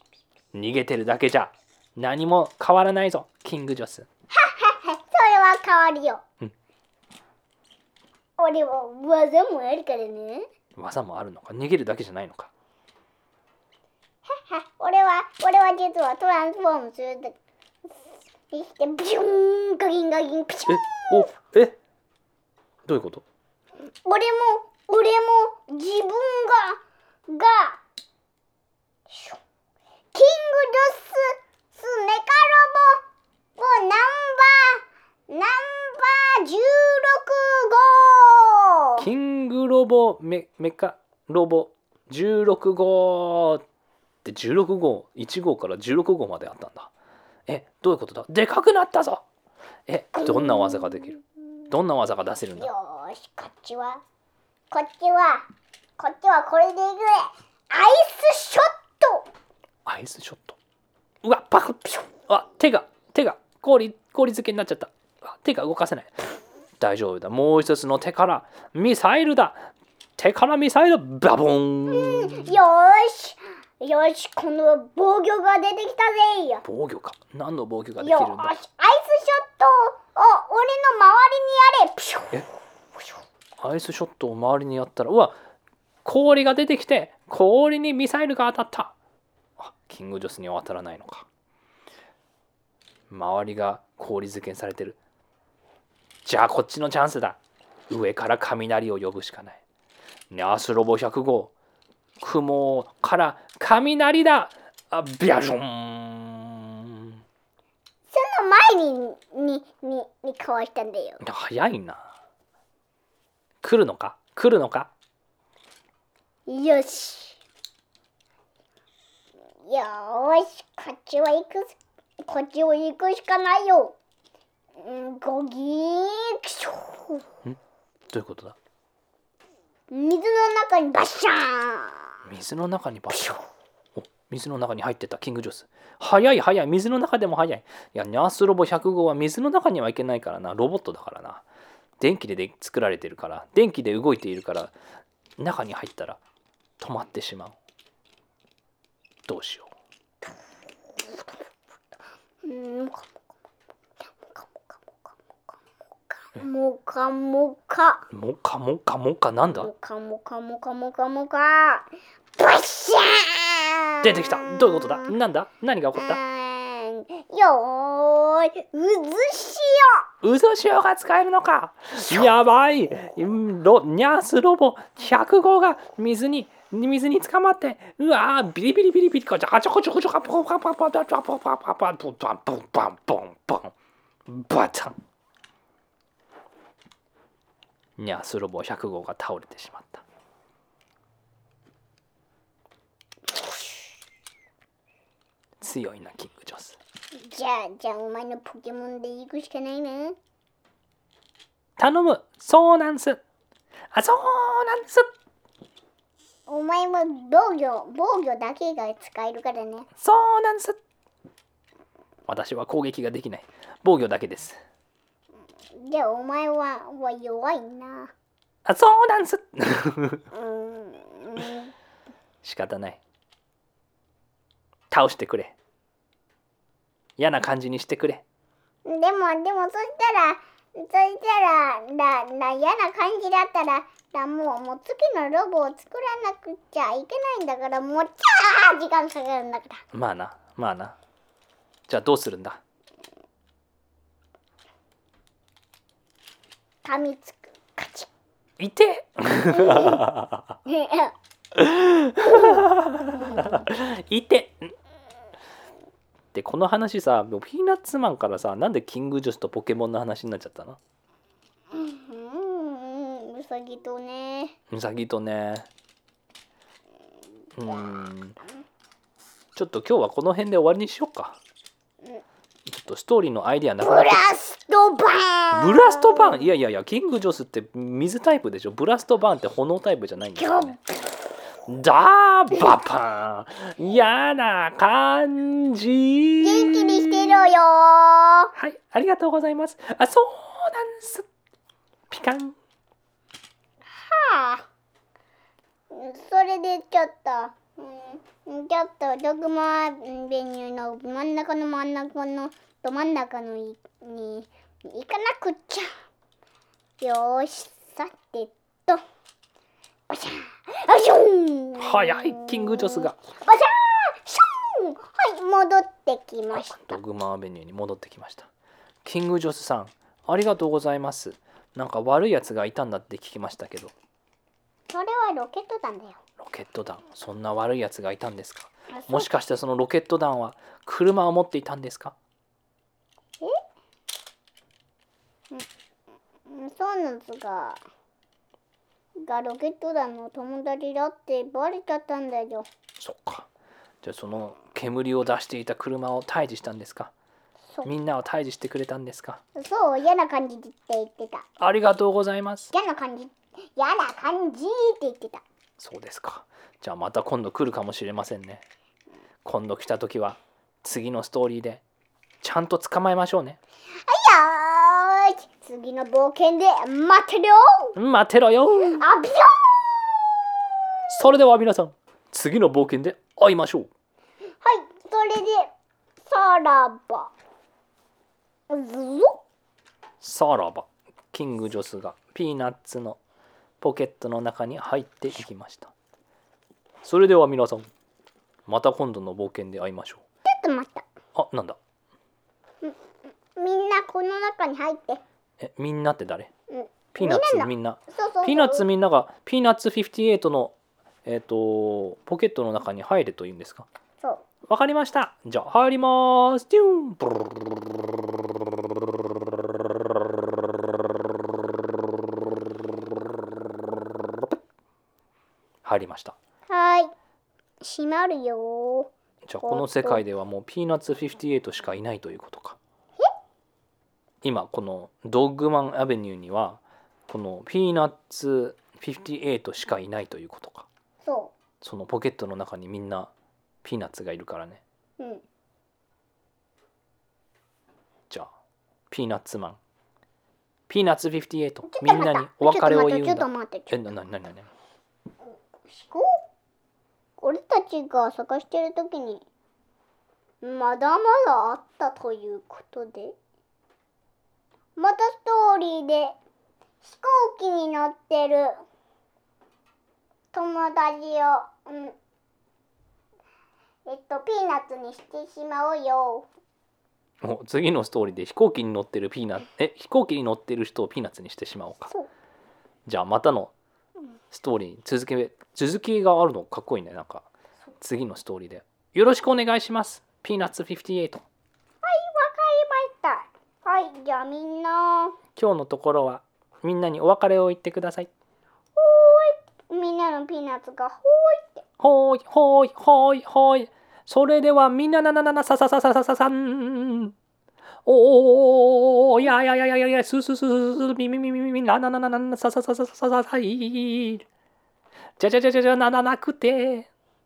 逃げてるだけじゃ何も変わらないぞキングジョス。 それは変わるよ、 うん、 俺は技もあるからね。 技もあるのか。逃げるだけじゃないのか。 俺は俺は実はトランスフォームするとしてビューンガギンガギンピシューン。 えおえどういうこと。 俺も俺も自分ががキングドススメカロボをナンバーナンバーじゅうろく号キングロボメメカロボじゅうろく号ってじゅうろく号いち号からじゅうろく号まであったんだ。えどういうことだ。でかくなったぞ。えどんな技ができる。どんな技が出せるんだ。 よーしこっちはこっちはこっちはこれでいくぜ。アイスショット。 アイスショット。うわパクピシュ。あ手が手が氷氷漬けになっちゃった。手が動かせない。大丈夫だ。もう一つの手からミサイルだ。手からミサイルバボン。 よーしよしこの防御が出てきたぜ。 防御か。何の防御ができるんだ。 よしアイスショットを俺の周りにやれ。ピシュえアイスショットを周りにやったらうわ氷が出てきて氷にミサイルが当たった。あキングジョスには当たらないのか。周りが氷漬けにされてる。じゃあこっちのチャンスだ。上から雷を呼ぶしかない。ニャースロボひゃく号雲から雷だ。あビャション。 その前ににににかわしたんだよ。 早いな。来るのか来るのか。 よしよーしこっちは行くこっちを行くしかないよ。うんゴギークショー。 んどういうことだ。 水の中にバッシャーン。 水の中にバッシャー。お水の中に入ってたキングジョス。早い早い。水の中でも早い。いやニャースロボひゃく号は水の中には行けないからな。ロボットだからな。 電気でで作られてるから、電気で動いているから、中に入ったら止まってしまう。どうしよう。うん、もかもかもかもかもかなんだ。 もかもかもかもかもかブッシャー。 出てきた。どういうことだ。なんだ。何が起こった。 よーい、うずしお。うずしおが使えるのか。やばい。ロニャースロボひゃくごうが水に水に捕まって、うわービリビリビリビリこちょこちょこちょこちょこポンポンポンポンポンポンポンポンポンポンポンポンポンポンポンポンバタン。ニャースロボひゃくごうが倒れてしまった。強いなキングジョス。 じゃあじゃあお前のポケモンで行くしかないな。 頼む。そうなんす。あ、そうなんす。 お前は防御防御だけが使えるからね。 そうなんす。私は攻撃ができない。防御だけです。 じゃあお前はは弱いな。 あ、そうなんす。 うん仕方ない。倒してくれ。嫌な感じにしてくれ。 でもでもそしたらそしたらだだ嫌な感じだったらだもうもう次のロボを作らなくちゃいけないんだから、もうちゃー時間かかるんだから。 まあなまあな。じゃあどうするんだ。 噛みつく。カチッ。 いていてで、この話さ、ピーナッツマンからさ、なんでキングジョスとポケモンの話になっちゃったの。 うん、うさぎとね。 うさぎとね。うん。ちょっと今日はこの辺で終わりにしようか。ちょっとストーリーのアイディアなくなって。 ブラストバーン。 ブラストバーン。いやいやいや、キングジョスって水タイプでしょ。ブラストバーンって炎タイプじゃないんですよね。ダーバパン。嫌な感じ。 元気にしてろよ。 はい、ありがとうございます。あ、そうなんす。ピカン。 はあ。それでちょっと、うん、ちょっとドグマベニューの真ん中の真ん中のど真ん中のにに行かなくっちゃ。よーし、さてと。バシャーン。あしょん。 早い、キングジョスが。 バシャーン。ション。はい、戻ってきました。 ドグマアベニューに戻ってきました。キングジョスさん、ありがとうございます。なんか悪いやつがいたんだって聞きましたけど。 それはロケット弾だよ。 ロケット弾、そんな悪いやつがいたんですか。もしかしてそのロケット弾は車を持っていたんですか。 え？うん、そうなんですが、がロケット弾の友達だってバレちゃったんだよ。 そっか。じゃあその煙を出していた車を退治したんですか。みんなを退治してくれたんですか。 そう、嫌な感じって言ってた。 ありがとうございます。 嫌な感じ、嫌な感じって言ってた。 そうですか。じゃあまた今度来るかもしれませんね。今度来た時は次のストーリーでちゃんと捕まえましょうね。 はいよーし、次の冒険で待ってるよ。 待ってろよ。 あびよー。 それでは皆さん、次の冒険で会いましょう。 はい、それでさらば。 さらば、キングジョスがピーナッツのポケットの中に入っていきました。それでは皆さん、また今度の冒険で会いましょう。 ちょっと待った。 あ、なんだ。 みんなこの中に入って。 え、みんなって誰？ うん、 ピーナッツみんな。 そうそうそう。 ピーナッツみんながピーナッツごじゅうはちのえっとポケットの中に入れというんですか。 そう。 わかりました。じゃあ入ります。テュン。入りました。 はい。閉まるよ。 じゃあこの世界ではもうピーナッツごじゅうはちしかいないということか。今このドッグマンアベニューにはこのピーナッツごじゅうはちしかいないということか。 そう。そのポケットの中にみんなピーナッツがいるからね。 うん。 じゃあピーナッツマンピーナッツごじゅうはち、みんなにお別れを言うんだ。 ちょっと待って、ちえ、 ょっとな、な、な、な、な。 飛行俺たちが探してるときにまだまだあったということで、またストーリーで飛行機に乗ってる友達を、うん、えっとピーナッツにしてしまうよ。 お次のストーリーで飛行機に乗ってるピーナッツえ飛行機に乗ってる人をピーナッツにしてしまおうか。 そう。 じゃあまたのストーリーに続き続きがあるのかっこいいね。なんか次のストーリーでよろしくお願いします。ピーナッツごじゅうはち。 はい、わかりました。はい、じゃあみんな今日のところはみんなにお別れを言ってください。 ほーい。みんなのピーナッツがほーいって。 ほーいほーいほーいほーい。それではみんなななななさささささささん。おーややややややすすすすみみみみみみなななななさささささささい。じゃじゃじゃじゃじゃなななくて。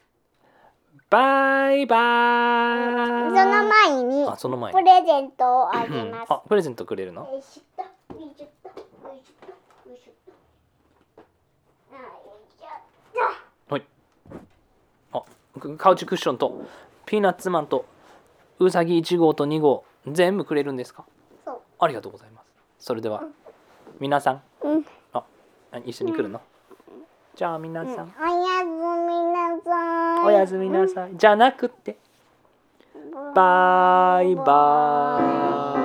バイバーイ。 その前にあその前プにレゼントをあげます。 あプレゼントくれるの？ よいしょっと、よいしょっと、よいしょっと、よいしょっと。あ、よいしょっはい。あカウチクッションとピーナッツマンとウサギいち号とに号全部くれるんですか？ と。そう。 ありがとうございます。それでは、皆さん、 うん。 あ一緒に来るの？じゃあ皆さん、 おやすみなさい。 おやすみなさい。じゃなくてバイバーイ。